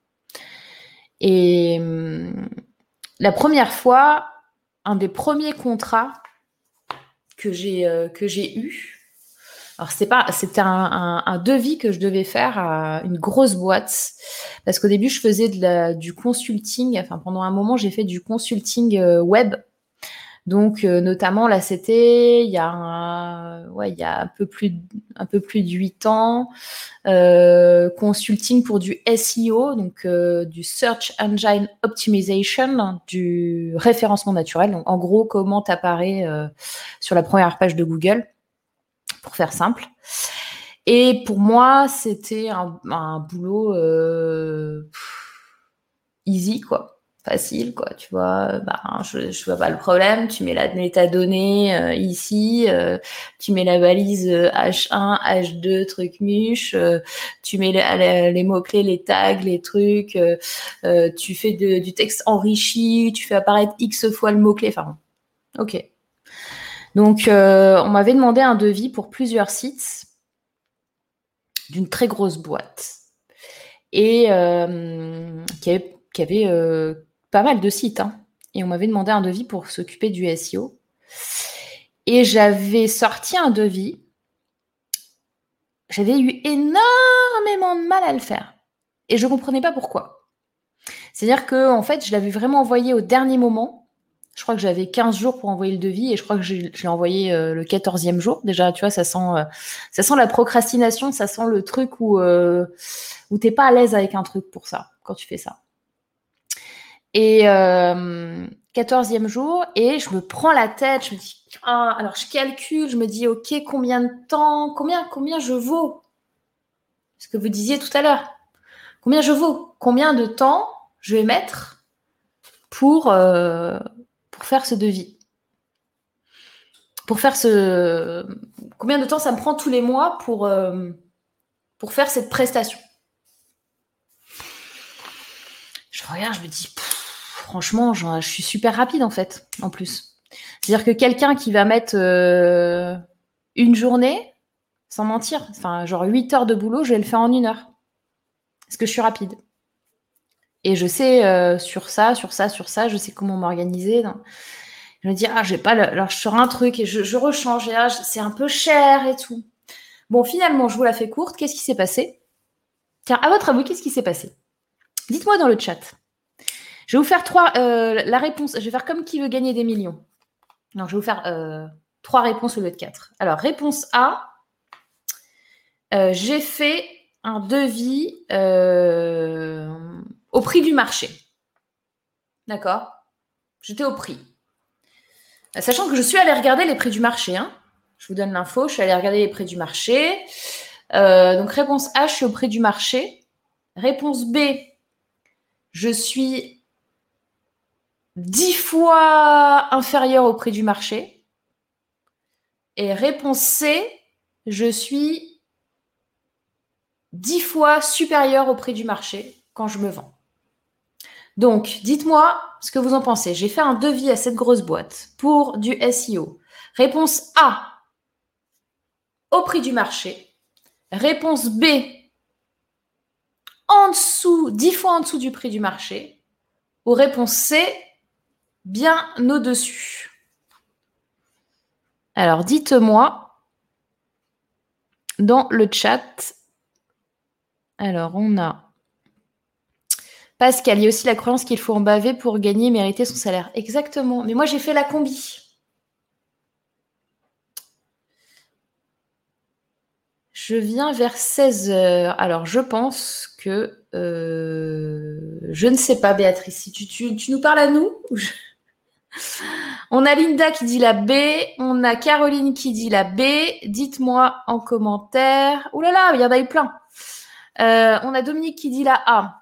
Et la première fois, un des premiers contrats que j'ai eu, alors c'était un devis que je devais faire à une grosse boîte, parce qu'au début je faisais du consulting. Enfin, pendant un moment j'ai fait du consulting web. Donc notamment là, c'était il y a un peu plus de 8 ans, consulting pour du SEO, donc du Search Engine Optimization, du référencement naturel. Donc en gros, comment t'apparais sur la première page de Google, pour faire simple. Et pour moi, c'était un boulot easy, quoi. Facile, quoi, tu vois. Je vois pas le problème. Tu mets la métadonnée ici, tu mets la balise H1, H2, truc muche, tu mets les mots-clés, les tags, les trucs, tu fais du texte enrichi, tu fais apparaître X fois le mot-clé. Enfin, ok. Donc, on m'avait demandé un devis pour plusieurs sites d'une très grosse boîte et qui avait pas mal de sites. Hein. Et on m'avait demandé un devis pour s'occuper du SEO. Et j'avais sorti un devis. J'avais eu énormément de mal à le faire. Et je ne comprenais pas pourquoi. C'est-à-dire que en fait, je l'avais vraiment envoyé au dernier moment. Je crois que j'avais 15 jours pour envoyer le devis et je crois que je l'ai envoyé le 14e jour. Déjà, tu vois, ça sent la procrastination, ça sent le truc où t'es pas à l'aise avec un truc pour ça, quand tu fais ça. Et 14e jour, et je me prends la tête, je me dis, alors je calcule, je me dis, ok, combien de temps, combien je vaux? Ce que vous disiez tout à l'heure. Combien je vaux? Combien de temps je vais mettre pour faire ce devis? Combien de temps ça me prend tous les mois pour faire cette prestation? Je regarde, je me dis, franchement, je suis super rapide en fait, en plus. C'est-à-dire que quelqu'un qui va mettre une journée, sans mentir, enfin genre 8 heures de boulot, je vais le faire en 1 heure. Parce que je suis rapide. Et je sais sur ça, je sais comment m'organiser. Je me dis, j'ai pas alors je sors un truc et je rechange, et c'est un peu cher et tout. Bon, finalement, je vous la fais courte. Qu'est-ce qui s'est passé? Tiens, à votre avis, qu'est-ce qui s'est passé? Dites-moi dans le chat. Je vais vous faire la réponse. Je vais faire comme qui veut gagner des millions. Non, je vais vous faire 3 réponses au lieu de 4. Alors, réponse A. J'ai fait un devis au prix du marché. D'accord? J'étais au prix. Sachant que je suis allée regarder les prix du marché. Hein. Je vous donne l'info. Je suis allée regarder les prix du marché. Donc, réponse A, je suis au prix du marché. Réponse B, je suis 10 fois inférieur au prix du marché. Et réponse C, je suis 10 fois supérieur au prix du marché quand je me vends. Donc, dites-moi ce que vous en pensez. J'ai fait un devis à cette grosse boîte pour du SEO. Réponse A, au prix du marché. Réponse B, en dessous, 10 fois en dessous du prix du marché. Ou réponse C, bien au-dessus. Alors, dites-moi dans le chat. Alors, on a Pascal, il y a aussi la croyance qu'il faut en baver pour gagner et mériter son salaire. Exactement. Mais moi, j'ai fait la combi. Je viens vers 16h. Alors, je pense que... je ne sais pas, Béatrice. Si tu nous parles à nous On a Linda qui dit la B. On a Caroline qui dit la B. Dites-moi en commentaire. Ouh là là, il y en a eu plein. On a Dominique qui dit la A.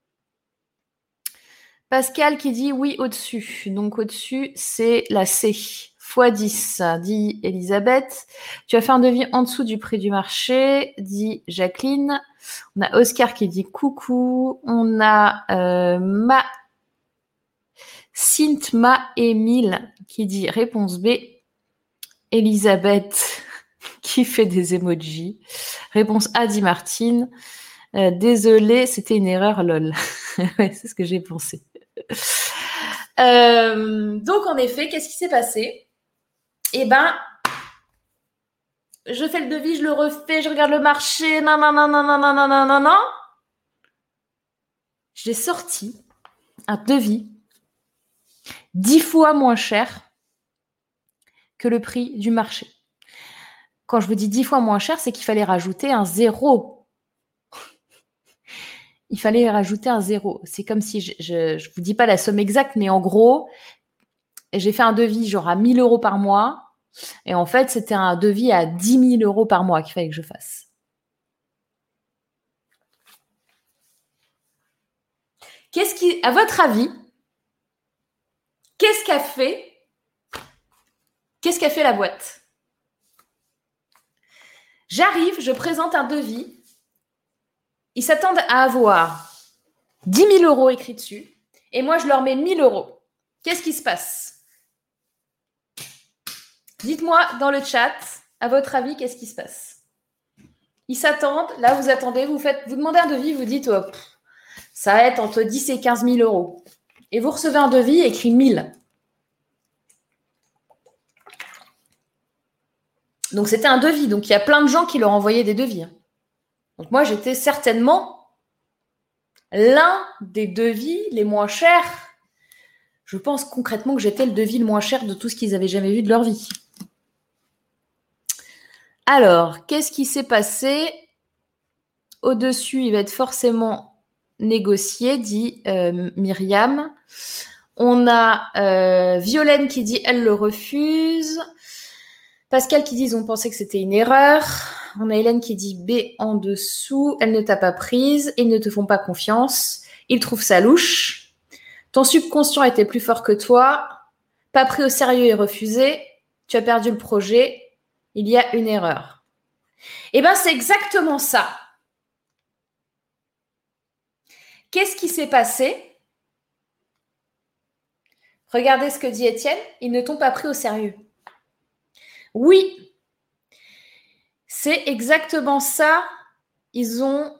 Pascal qui dit oui au-dessus. Donc au-dessus, c'est la C. x10, dit Elisabeth. Tu as fait un devis en dessous du prix du marché, dit Jacqueline. On a Oscar qui dit coucou. On a Sintma Emile qui dit réponse B. Elisabeth qui fait des emojis. Réponse A, dit Martine. Désolée, c'était une erreur, lol. Ouais, c'est ce que j'ai pensé. Donc, en effet, qu'est-ce qui s'est passé? Eh ben, je fais le devis, je le refais, je regarde le marché, non. J'ai sorti un devis 10 fois moins cher que le prix du marché. Quand je vous dis 10 fois moins cher, c'est qu'il fallait rajouter un 0. Il fallait rajouter un 0. C'est comme si, je vous dis pas la somme exacte, mais en gros, j'ai fait un devis genre à 1 000 € par mois. Et en fait, c'était un devis à 10 000 € par mois qu'il fallait que je fasse. À votre avis, qu'est-ce qu'a fait la boîte? J'arrive, je présente un devis. Ils s'attendent à avoir 10 000 € écrits dessus. Et moi, je leur mets 1 000 €. Qu'est-ce qui se passe? Dites-moi dans le chat, à votre avis, qu'est-ce qui se passe? Ils s'attendent, là, vous attendez, vous demandez un devis, vous dites, ça va être entre 10 et 15 000 €. Et vous recevez un devis écrit 1 000. Donc, c'était un devis. Donc, il y a plein de gens qui leur envoyaient des devis. Donc, moi, j'étais certainement l'un des devis les moins chers. Je pense concrètement que j'étais le devis le moins cher de tout ce qu'ils avaient jamais vu de leur vie. Alors, qu'est-ce qui s'est passé? Au-dessus, il va être forcément négocié, dit Myriam. On a Violaine qui dit « elle le refuse ». Pascal qui dit « ils ont pensé que c'était une erreur ». On a Hélène qui dit « B en dessous, elle ne t'a pas prise, ils ne te font pas confiance, ils trouvent ça louche. Ton subconscient était plus fort que toi, pas pris au sérieux et refusé, tu as perdu le projet, il y a une erreur ». Eh bien, c'est exactement ça. Qu'est-ce qui s'est passé? Regardez ce que dit Étienne. Ils ne t'ont pas pris au sérieux. Oui, c'est exactement ça. Ils m'ont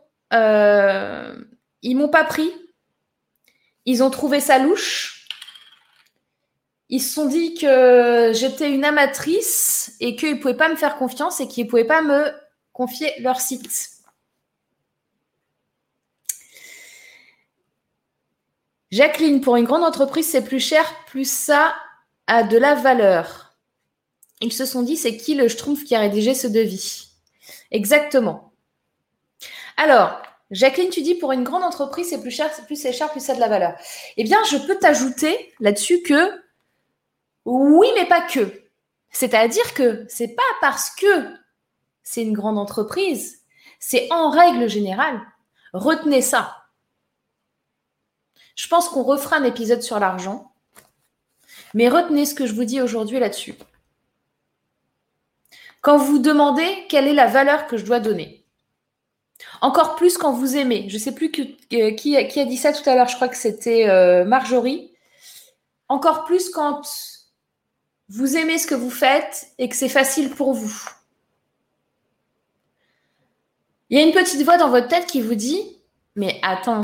pas pris. Ils ont trouvé ça louche. Ils se sont dit que j'étais une amatrice et qu'ils ne pouvaient pas me faire confiance et qu'ils ne pouvaient pas me confier leur site. Jacqueline, pour une grande entreprise, c'est plus cher, plus ça a de la valeur. Ils se sont dit, c'est qui le schtroumpf qui a rédigé ce devis? Exactement. Alors, Jacqueline, tu dis, pour une grande entreprise, c'est plus cher, plus c'est cher, plus ça a de la valeur. Eh bien, je peux t'ajouter là-dessus que oui, mais pas que. C'est-à-dire que c'est pas parce que c'est une grande entreprise, c'est en règle générale. Retenez ça. Je pense qu'on refera un épisode sur l'argent, mais retenez ce que je vous dis aujourd'hui là-dessus. Quand vous demandez quelle est la valeur que je dois donner, encore plus quand vous aimez, je ne sais plus qui a dit ça tout à l'heure, je crois que c'était Marjorie, encore plus quand vous aimez ce que vous faites et que c'est facile pour vous. Il y a une petite voix dans votre tête qui vous dit « Mais attends,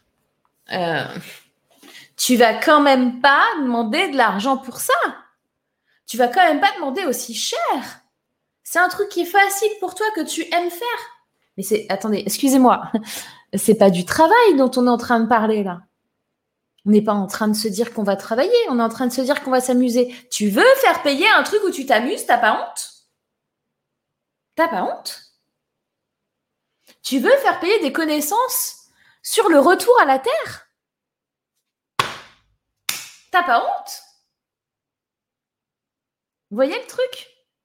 tu vas quand même pas demander de l'argent pour ça. Tu vas quand même pas demander aussi cher. C'est un truc qui est facile pour toi, que tu aimes faire. » Mais attendez, excusez-moi, c'est pas du travail dont on est en train de parler là. On n'est pas en train de se dire qu'on va travailler, on est en train de se dire qu'on va s'amuser. Tu veux faire payer un truc où tu t'amuses, t'as pas honte? T'as pas honte? Tu veux faire payer des connaissances sur le retour à la Terre? T'as pas honte? Vous voyez le truc?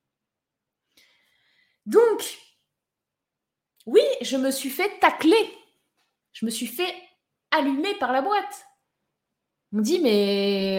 Donc, oui, je me suis fait tacler. Je me suis fait allumer par la boîte. On me dit, mais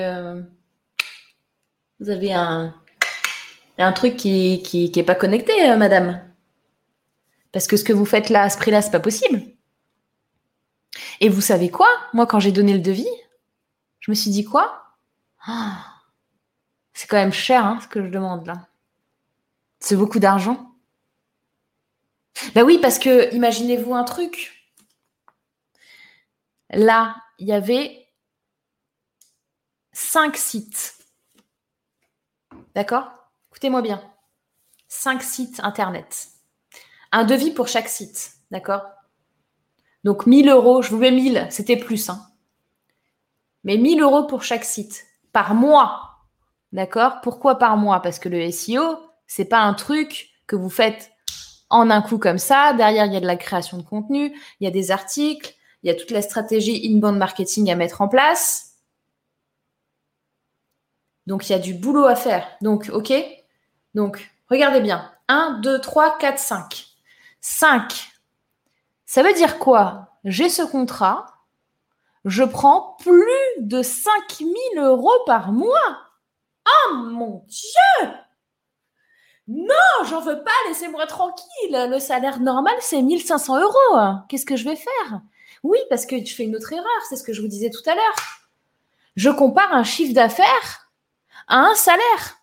vous avez un truc qui est pas connecté, madame. Parce que ce que vous faites là, à ce prix-là, c'est pas possible. Et vous savez quoi? Moi, quand j'ai donné le devis, je me suis dit quoi? C'est quand même cher, hein, ce que je demande là. C'est beaucoup d'argent. Ben oui, parce que imaginez-vous un truc. Là, il y avait 5 sites. D'accord? Écoutez-moi bien. 5 sites internet. Un devis pour chaque site. D'accord? Donc 1 000 €, je vous mets 1000, c'était plus. Hein. Mais 1 000 € pour chaque site. Par mois. D'accord? Pourquoi par mois? Parce que le SEO, c'est pas un truc que vous faites en un coup comme ça. Derrière, il y a de la création de contenu, il y a des articles, il y a toute la stratégie inbound marketing à mettre en place. Donc, il y a du boulot à faire. Donc, OK? Donc, regardez bien. 1, 2, 3, 4, 5. 5. Ça veut dire quoi? J'ai ce contrat. Je prends plus de 5 000 € par mois. Oh mon Dieu! Non, j'en veux pas, laissez-moi tranquille. Le salaire normal, c'est 1 500 €. Qu'est-ce que je vais faire? Oui, parce que je fais une autre erreur, c'est ce que je vous disais tout à l'heure. Je compare un chiffre d'affaires à un salaire.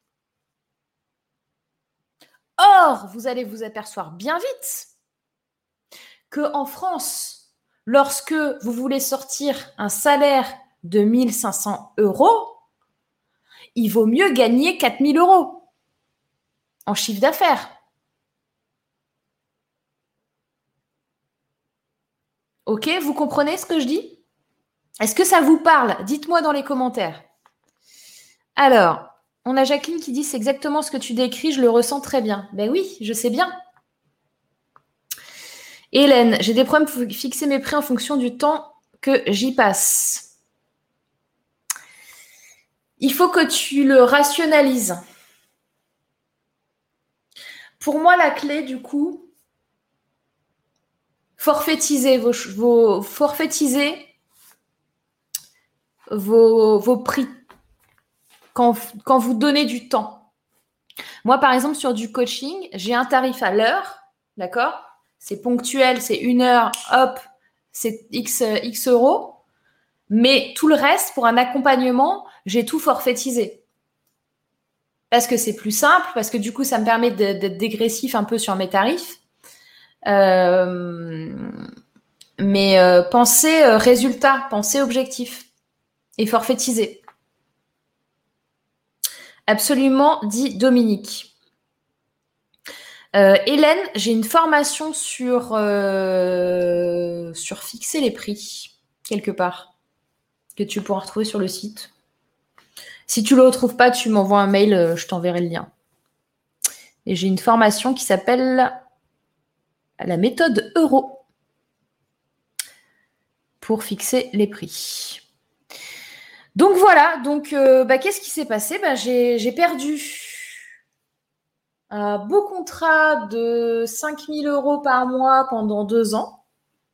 Or, vous allez vous apercevoir bien vite qu'en France, lorsque vous voulez sortir un salaire de 1 500 €, il vaut mieux gagner 4 000 € en chiffre d'affaires. Ok, vous comprenez ce que je dis? Est-ce que ça vous parle? Dites-moi dans les commentaires. Alors, on a Jacqueline qui dit c'est exactement ce que tu décris, je le ressens très bien. Ben oui, je sais bien. Hélène, j'ai des problèmes pour fixer mes prix en fonction du temps que j'y passe. Il faut que tu le rationalises. Pour moi, la clé, du coup, forfaitisez vos prix quand vous donnez du temps. Moi, par exemple, sur du coaching, j'ai un tarif à l'heure, d'accord? C'est ponctuel, c'est 1 heure, hop, c'est X euros. Mais tout le reste, pour un accompagnement, j'ai tout forfaitisé. Parce que c'est plus simple, parce que du coup, ça me permet d'être dégressif un peu sur mes tarifs. Mais pensez résultat, pensez objectif et forfaitisé. Absolument, dit Dominique. Hélène, j'ai une formation sur fixer les prix, quelque part, que tu pourras retrouver sur le site. Si tu ne le retrouves pas, tu m'envoies un mail, je t'enverrai le lien. Et j'ai une formation qui s'appelle la méthode euro pour fixer les prix. Donc voilà, qu'est-ce qui s'est passé? J'ai perdu un beau contrat de 5 000 € par mois pendant 2 ans.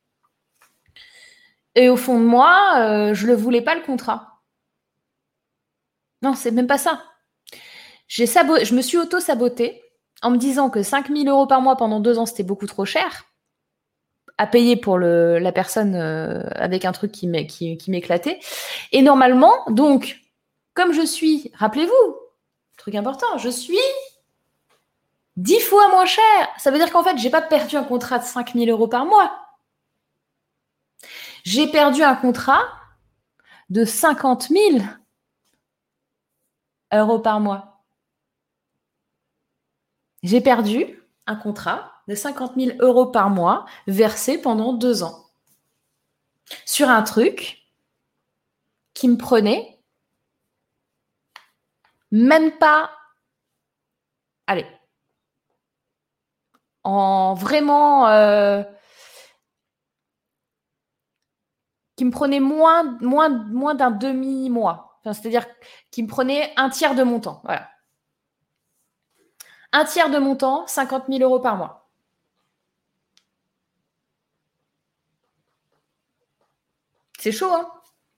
Et au fond de moi, je ne le voulais pas, le contrat. Non, c'est même pas ça. Je me suis auto-sabotée en me disant que 5 000 € par mois pendant 2 ans, c'était beaucoup trop cher à payer pour la personne avec un truc qui m'éclatait. Et normalement, donc, comme je suis, rappelez-vous, truc important, je suis 10 fois moins cher. Ça veut dire qu'en fait, je n'ai pas perdu un contrat de 5 000 € par mois. J'ai perdu un contrat de 50 000 € par mois. J'ai perdu un contrat de 50 000 € par mois versé pendant 2 ans sur un truc qui me prenait même pas, allez, en vraiment, qui me prenait moins d'un demi-mois. Enfin, c'est-à-dire qui me prenait un tiers de mon temps. Voilà. Un tiers de mon temps, 50 000 € par mois. C'est chaud, hein?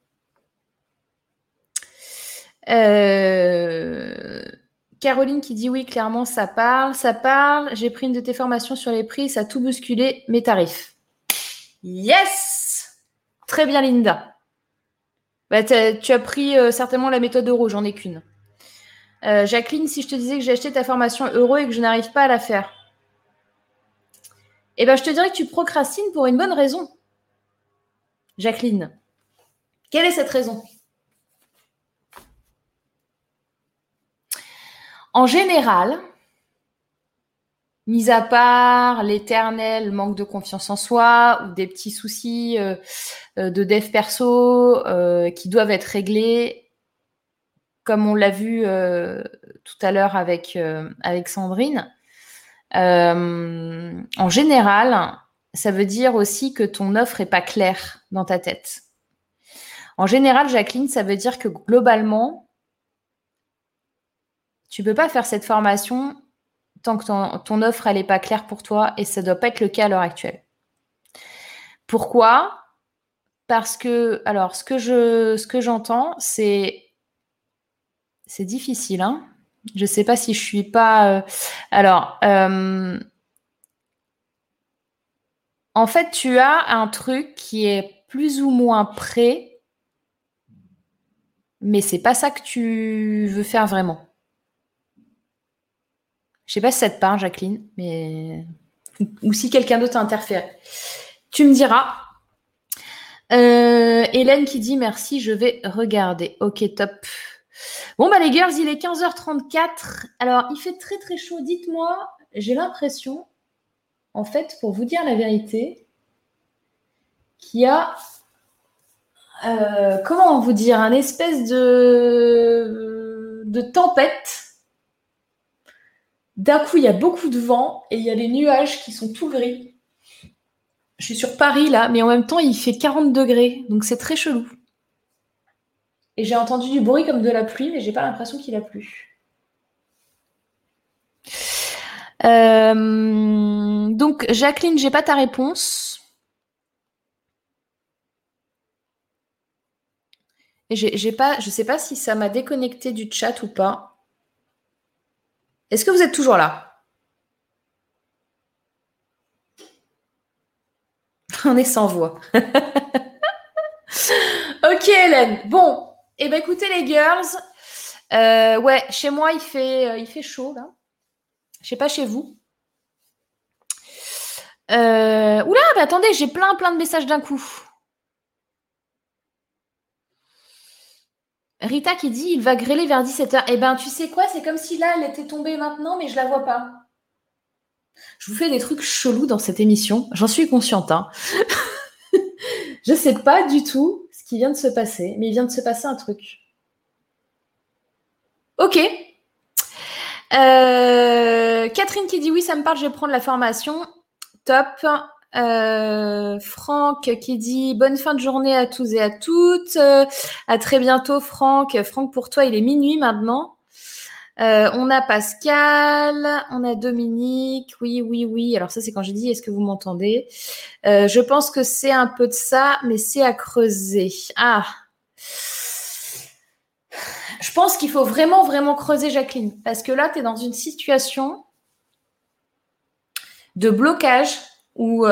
Caroline qui dit oui, clairement, ça parle. J'ai pris une de tes formations sur les prix, ça a tout bousculé mes tarifs. Yes! Très bien, Linda. Tu as pris certainement la méthode euro, j'en ai qu'une. Jacqueline, si je te disais que j'ai acheté ta formation euro et que je n'arrive pas à la faire, je te dirais que tu procrastines pour une bonne raison. Jacqueline, quelle est cette raison? En général, mis à part l'éternel manque de confiance en soi ou des petits soucis de dev perso qui doivent être réglés, comme on l'a vu tout à l'heure avec Sandrine, en général, ça veut dire aussi que ton offre n'est pas claire dans ta tête. En général, Jacqueline, ça veut dire que globalement, tu ne peux pas faire cette formation tant que ton offre, elle n'est pas claire pour toi, et ça ne doit pas être le cas à l'heure actuelle. Pourquoi? Parce que, alors, ce que j'entends, c'est difficile, hein. Je ne sais pas si je suis pas... en fait, tu as un truc qui est plus ou moins prêt, mais c'est pas ça que tu veux faire vraiment. Je sais pas si ça te parle, Jacqueline, mais... ou si quelqu'un d'autre a interféré. Tu me diras. Hélène qui dit merci, je vais regarder. Ok, top. Bon, les girls, il est 15h34. Alors, il fait très, très chaud. Dites-moi, j'ai l'impression, en fait, pour vous dire la vérité, qui a, comment vous dire, un espèce de tempête. D'un coup, il y a beaucoup de vent et il y a les nuages qui sont tout gris. Je suis sur Paris là, mais en même temps, il fait 40 degrés, donc c'est très chelou. Et j'ai entendu du bruit comme de la pluie, mais j'ai pas l'impression qu'il a plu. Donc, Jacqueline, j'ai pas ta réponse. Et je sais pas si ça m'a déconnecté du chat ou pas. Est-ce que vous êtes toujours là? On est sans voix. Ok, Hélène. Bon, eh ben écoutez les girls. Ouais, chez moi il fait chaud là. Je sais pas chez vous. Oula, bah attendez, j'ai plein de messages d'un coup. Rita qui dit il va grêler vers 17h. Eh ben tu sais quoi, c'est comme si là elle était tombée maintenant, mais je la vois pas. Je vous fais des trucs chelous dans cette émission, j'en suis consciente. Hein. Je sais pas du tout ce qui vient de se passer, mais il vient de se passer un truc. Ok. Catherine qui dit oui, ça me parle, je vais prendre la formation. Top. Franck qui dit bonne fin de journée à tous et à toutes. À très bientôt, Franck. Franck, pour toi, il est minuit maintenant. On a Pascal, on a Dominique. Oui. Alors ça, c'est quand j'ai dit est-ce que vous m'entendez? Je pense que c'est un peu de ça, mais c'est à creuser. Ah. Je pense qu'il faut vraiment creuser, Jacqueline, parce que là, tu es dans une situation de blocage où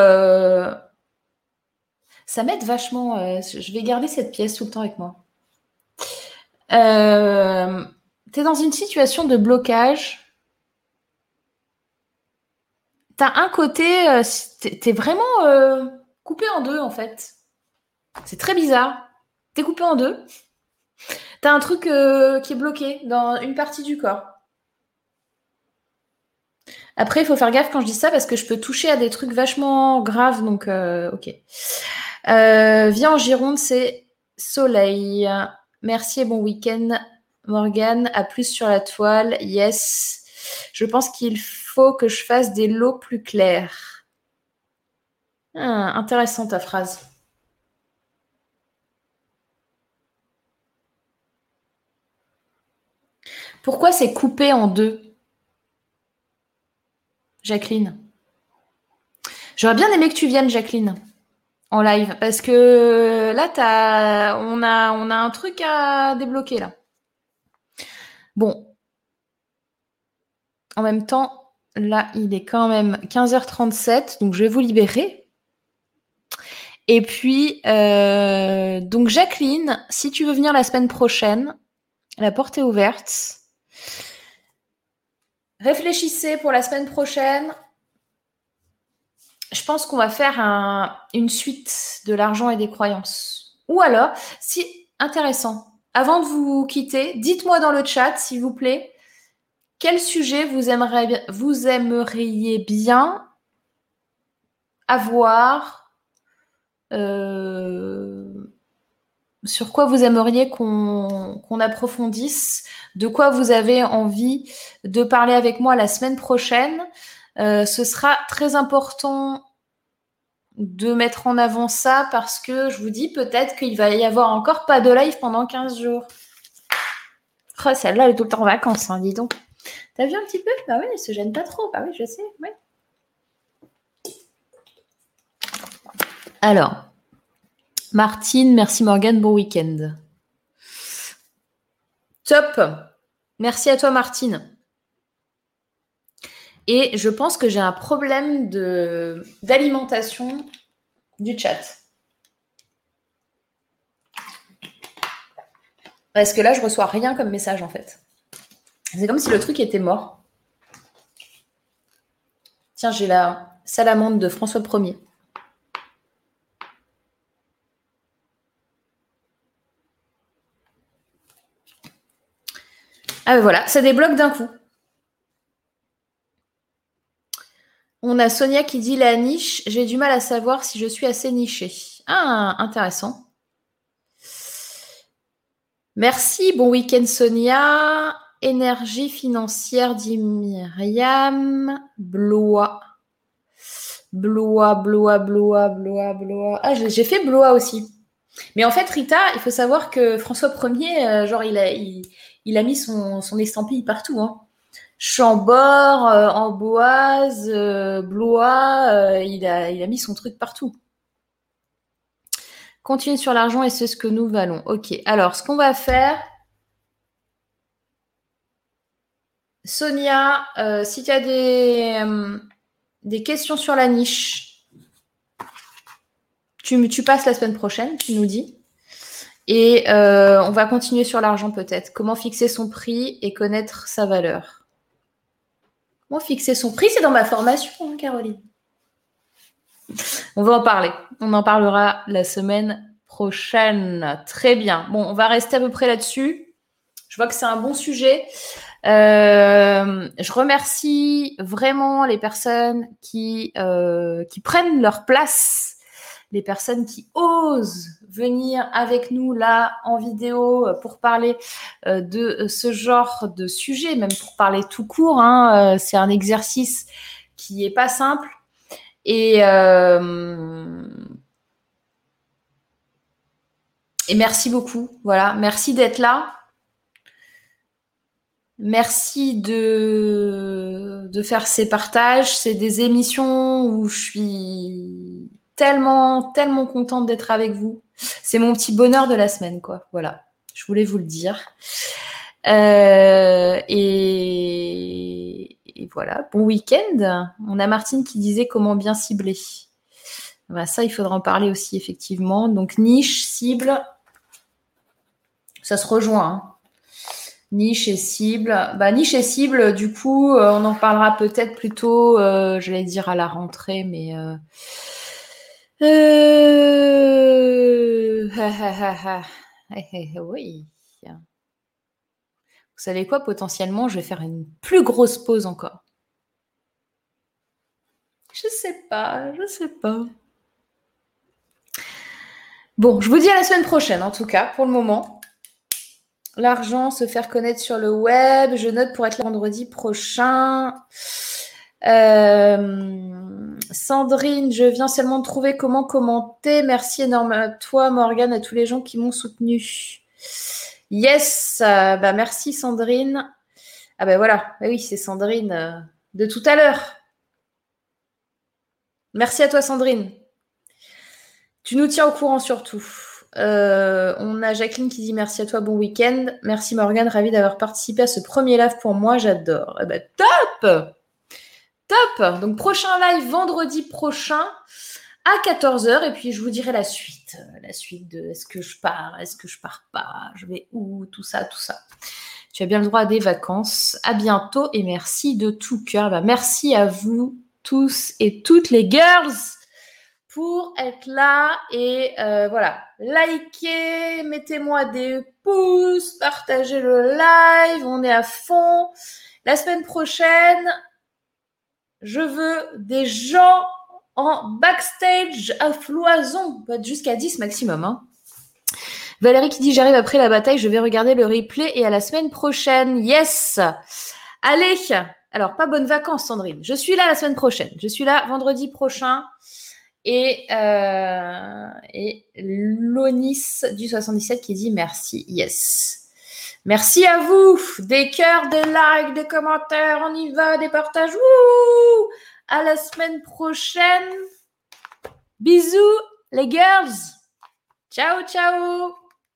ça m'aide vachement. Je vais garder cette pièce tout le temps avec moi. Tu es dans une situation de blocage. Tu as un côté, tu es vraiment coupé en deux, en fait. C'est très bizarre. Tu es coupé en deux. Tu as un truc qui est bloqué dans une partie du corps. Après, il faut faire gaffe quand je dis ça parce que je peux toucher à des trucs vachement graves. Donc, ok. Viens en Gironde, c'est soleil. Merci et bon week-end, Morgane. À plus sur la toile. Yes. Je pense qu'il faut que je fasse des lots plus clairs. Intéressant ta phrase. Pourquoi c'est coupé en deux, Jacqueline? J'aurais bien aimé que tu viennes, Jacqueline, en live, parce que là, on a un truc à débloquer là. Bon. En même temps, là, il est quand même 15h37, donc je vais vous libérer. Et puis, donc Jacqueline, si tu veux venir la semaine prochaine, la porte est ouverte. Réfléchissez pour la semaine prochaine. Je pense qu'on va faire une suite de l'argent et des croyances. Ou alors, si intéressant, avant de vous quitter, dites-moi dans le chat, s'il vous plaît, quel sujet vous aimeriez bien avoir, sur quoi vous aimeriez qu'on approfondisse, de quoi vous avez envie de parler avec moi la semaine prochaine. Ce sera très important de mettre en avant ça parce que je vous dis peut-être qu'il va y avoir encore pas de live pendant 15 jours. Oh, celle-là, elle est tout le temps en vacances, hein, dis donc. T'as vu un petit peu? Bah oui, elle se gêne pas trop. Bah oui, je sais, ouais. Alors, Martine, merci Morgane, bon week-end. Top. Merci à toi, Martine. Et je pense que j'ai un problème d'alimentation du chat. Parce que là, je reçois rien comme message, en fait. C'est comme si le truc était mort. Tiens, j'ai la salamandre de François Ier. Ah ben voilà, ça débloque d'un coup. On On a Sonia qui dit la niche, j'ai du mal à savoir si je suis assez nichée. Ah, intéressant. Merci, bon week-end Sonia. Énergie financière, dit Myriam. Blois. Ah, j'ai fait Blois aussi. Mais en fait, Rita, il faut savoir que François Ier, genre, il a mis son estampille partout. Hein. Chambord, Amboise, Blois, il a mis son truc partout. Continuer sur l'argent et c'est ce que nous valons. Ok, alors, ce qu'on va faire... Sonia, si tu as des questions sur la niche, tu passes la semaine prochaine, tu nous dis. Et on va continuer sur l'argent peut-être. Comment fixer son prix et connaître sa valeur. Comment fixer son prix, c'est dans ma formation, hein, Caroline. On va en parler. On en parlera la semaine prochaine. Très bien. Bon, on va rester à peu près là-dessus. Je vois que c'est un bon sujet. Je remercie vraiment les personnes qui prennent leur place, les personnes qui osent venir avec nous là en vidéo pour parler de ce genre de sujet, même pour parler tout court. Hein, c'est un exercice qui est pas simple et merci beaucoup. Voilà, merci d'être là. Merci de faire ces partages. C'est des émissions où je suis tellement contente d'être avec vous. C'est mon petit bonheur de la semaine, quoi. Voilà, je voulais vous le dire. Et voilà, bon week-end. On a Martine qui disait comment bien cibler. Voilà, ça, il faudra en parler aussi, effectivement. Donc, niche, cible, ça se rejoint, hein. Niche et cible. Bah, niche et cible, du coup, on en parlera peut-être plutôt, j'allais dire à la rentrée, mais... oui. Vous savez quoi, potentiellement, je vais faire une plus grosse pause encore. Je sais pas. Bon, je vous dis à la semaine prochaine, en tout cas, pour le moment. L'argent, se faire connaître sur le web. Je note pour être là vendredi prochain. Sandrine, je viens seulement de trouver comment commenter. Merci énormément à toi, Morgane, à tous les gens qui m'ont soutenu. Yes, bah merci Sandrine. Ah ben voilà, bah oui, c'est Sandrine de tout à l'heure. Merci à toi, Sandrine. Tu nous tiens au courant surtout. On a Jacqueline qui dit merci à toi, bon week-end. Merci Morgane, ravie d'avoir participé à ce premier live pour moi, j'adore. Eh ben, top. Donc prochain live vendredi prochain à 14h et puis je vous dirai la suite de est-ce que je pars pas, je vais où, tout ça. Tu as bien le droit à des vacances. À bientôt et merci de tout cœur. Ben, merci à vous tous et toutes les girls pour être là et voilà, likez, mettez-moi des pouces, partagez le live, on est à fond. La semaine prochaine, je veux des gens en backstage à foison, jusqu'à 10 maximum. Hein. Valérie qui dit j'arrive après la bataille, je vais regarder le replay et à la semaine prochaine. Yes. Allez, alors pas bonnes vacances Sandrine, je suis là la semaine prochaine, je suis là vendredi prochain. Et Lonis du 77 qui dit merci, yes. Merci à vous. Des cœurs, des likes, des commentaires, on y va, des partages. Wouh! À la semaine prochaine. Bisous les girls. Ciao, ciao.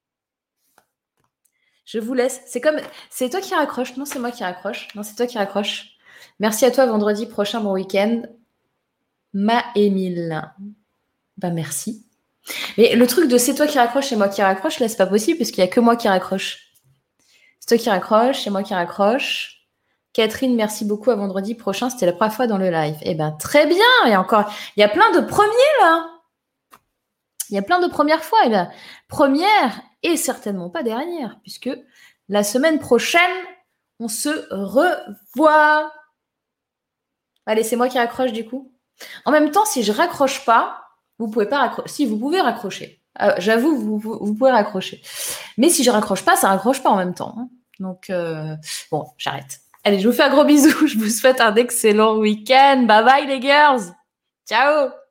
Je vous laisse. C'est toi qui raccroche. Non, c'est moi qui raccroche. Non, c'est toi qui raccroche. Merci à toi vendredi prochain, bon week-end. Émile. Bah merci. Mais le truc de c'est toi qui raccroche et moi qui raccroche, là, c'est pas possible parce qu'il n'y a que moi qui raccroche. C'est toi qui raccroche, c'est moi qui raccroche. Catherine, merci beaucoup. À vendredi prochain. C'était la première fois dans le live. Eh ben très bien. Il y a plein de premiers là. Il y a plein de premières fois. Eh ben, première et certainement pas dernière puisque la semaine prochaine, on se revoit. Allez, c'est moi qui raccroche du coup. En même temps, si je raccroche pas, vous pouvez pas raccrocher. Si, vous pouvez raccrocher. J'avoue, vous pouvez raccrocher. Mais si je raccroche pas, ça raccroche pas en même temps. Hein. Donc, bon, j'arrête. Allez, je vous fais un gros bisou. Je vous souhaite un excellent week-end. Bye bye les girls. Ciao.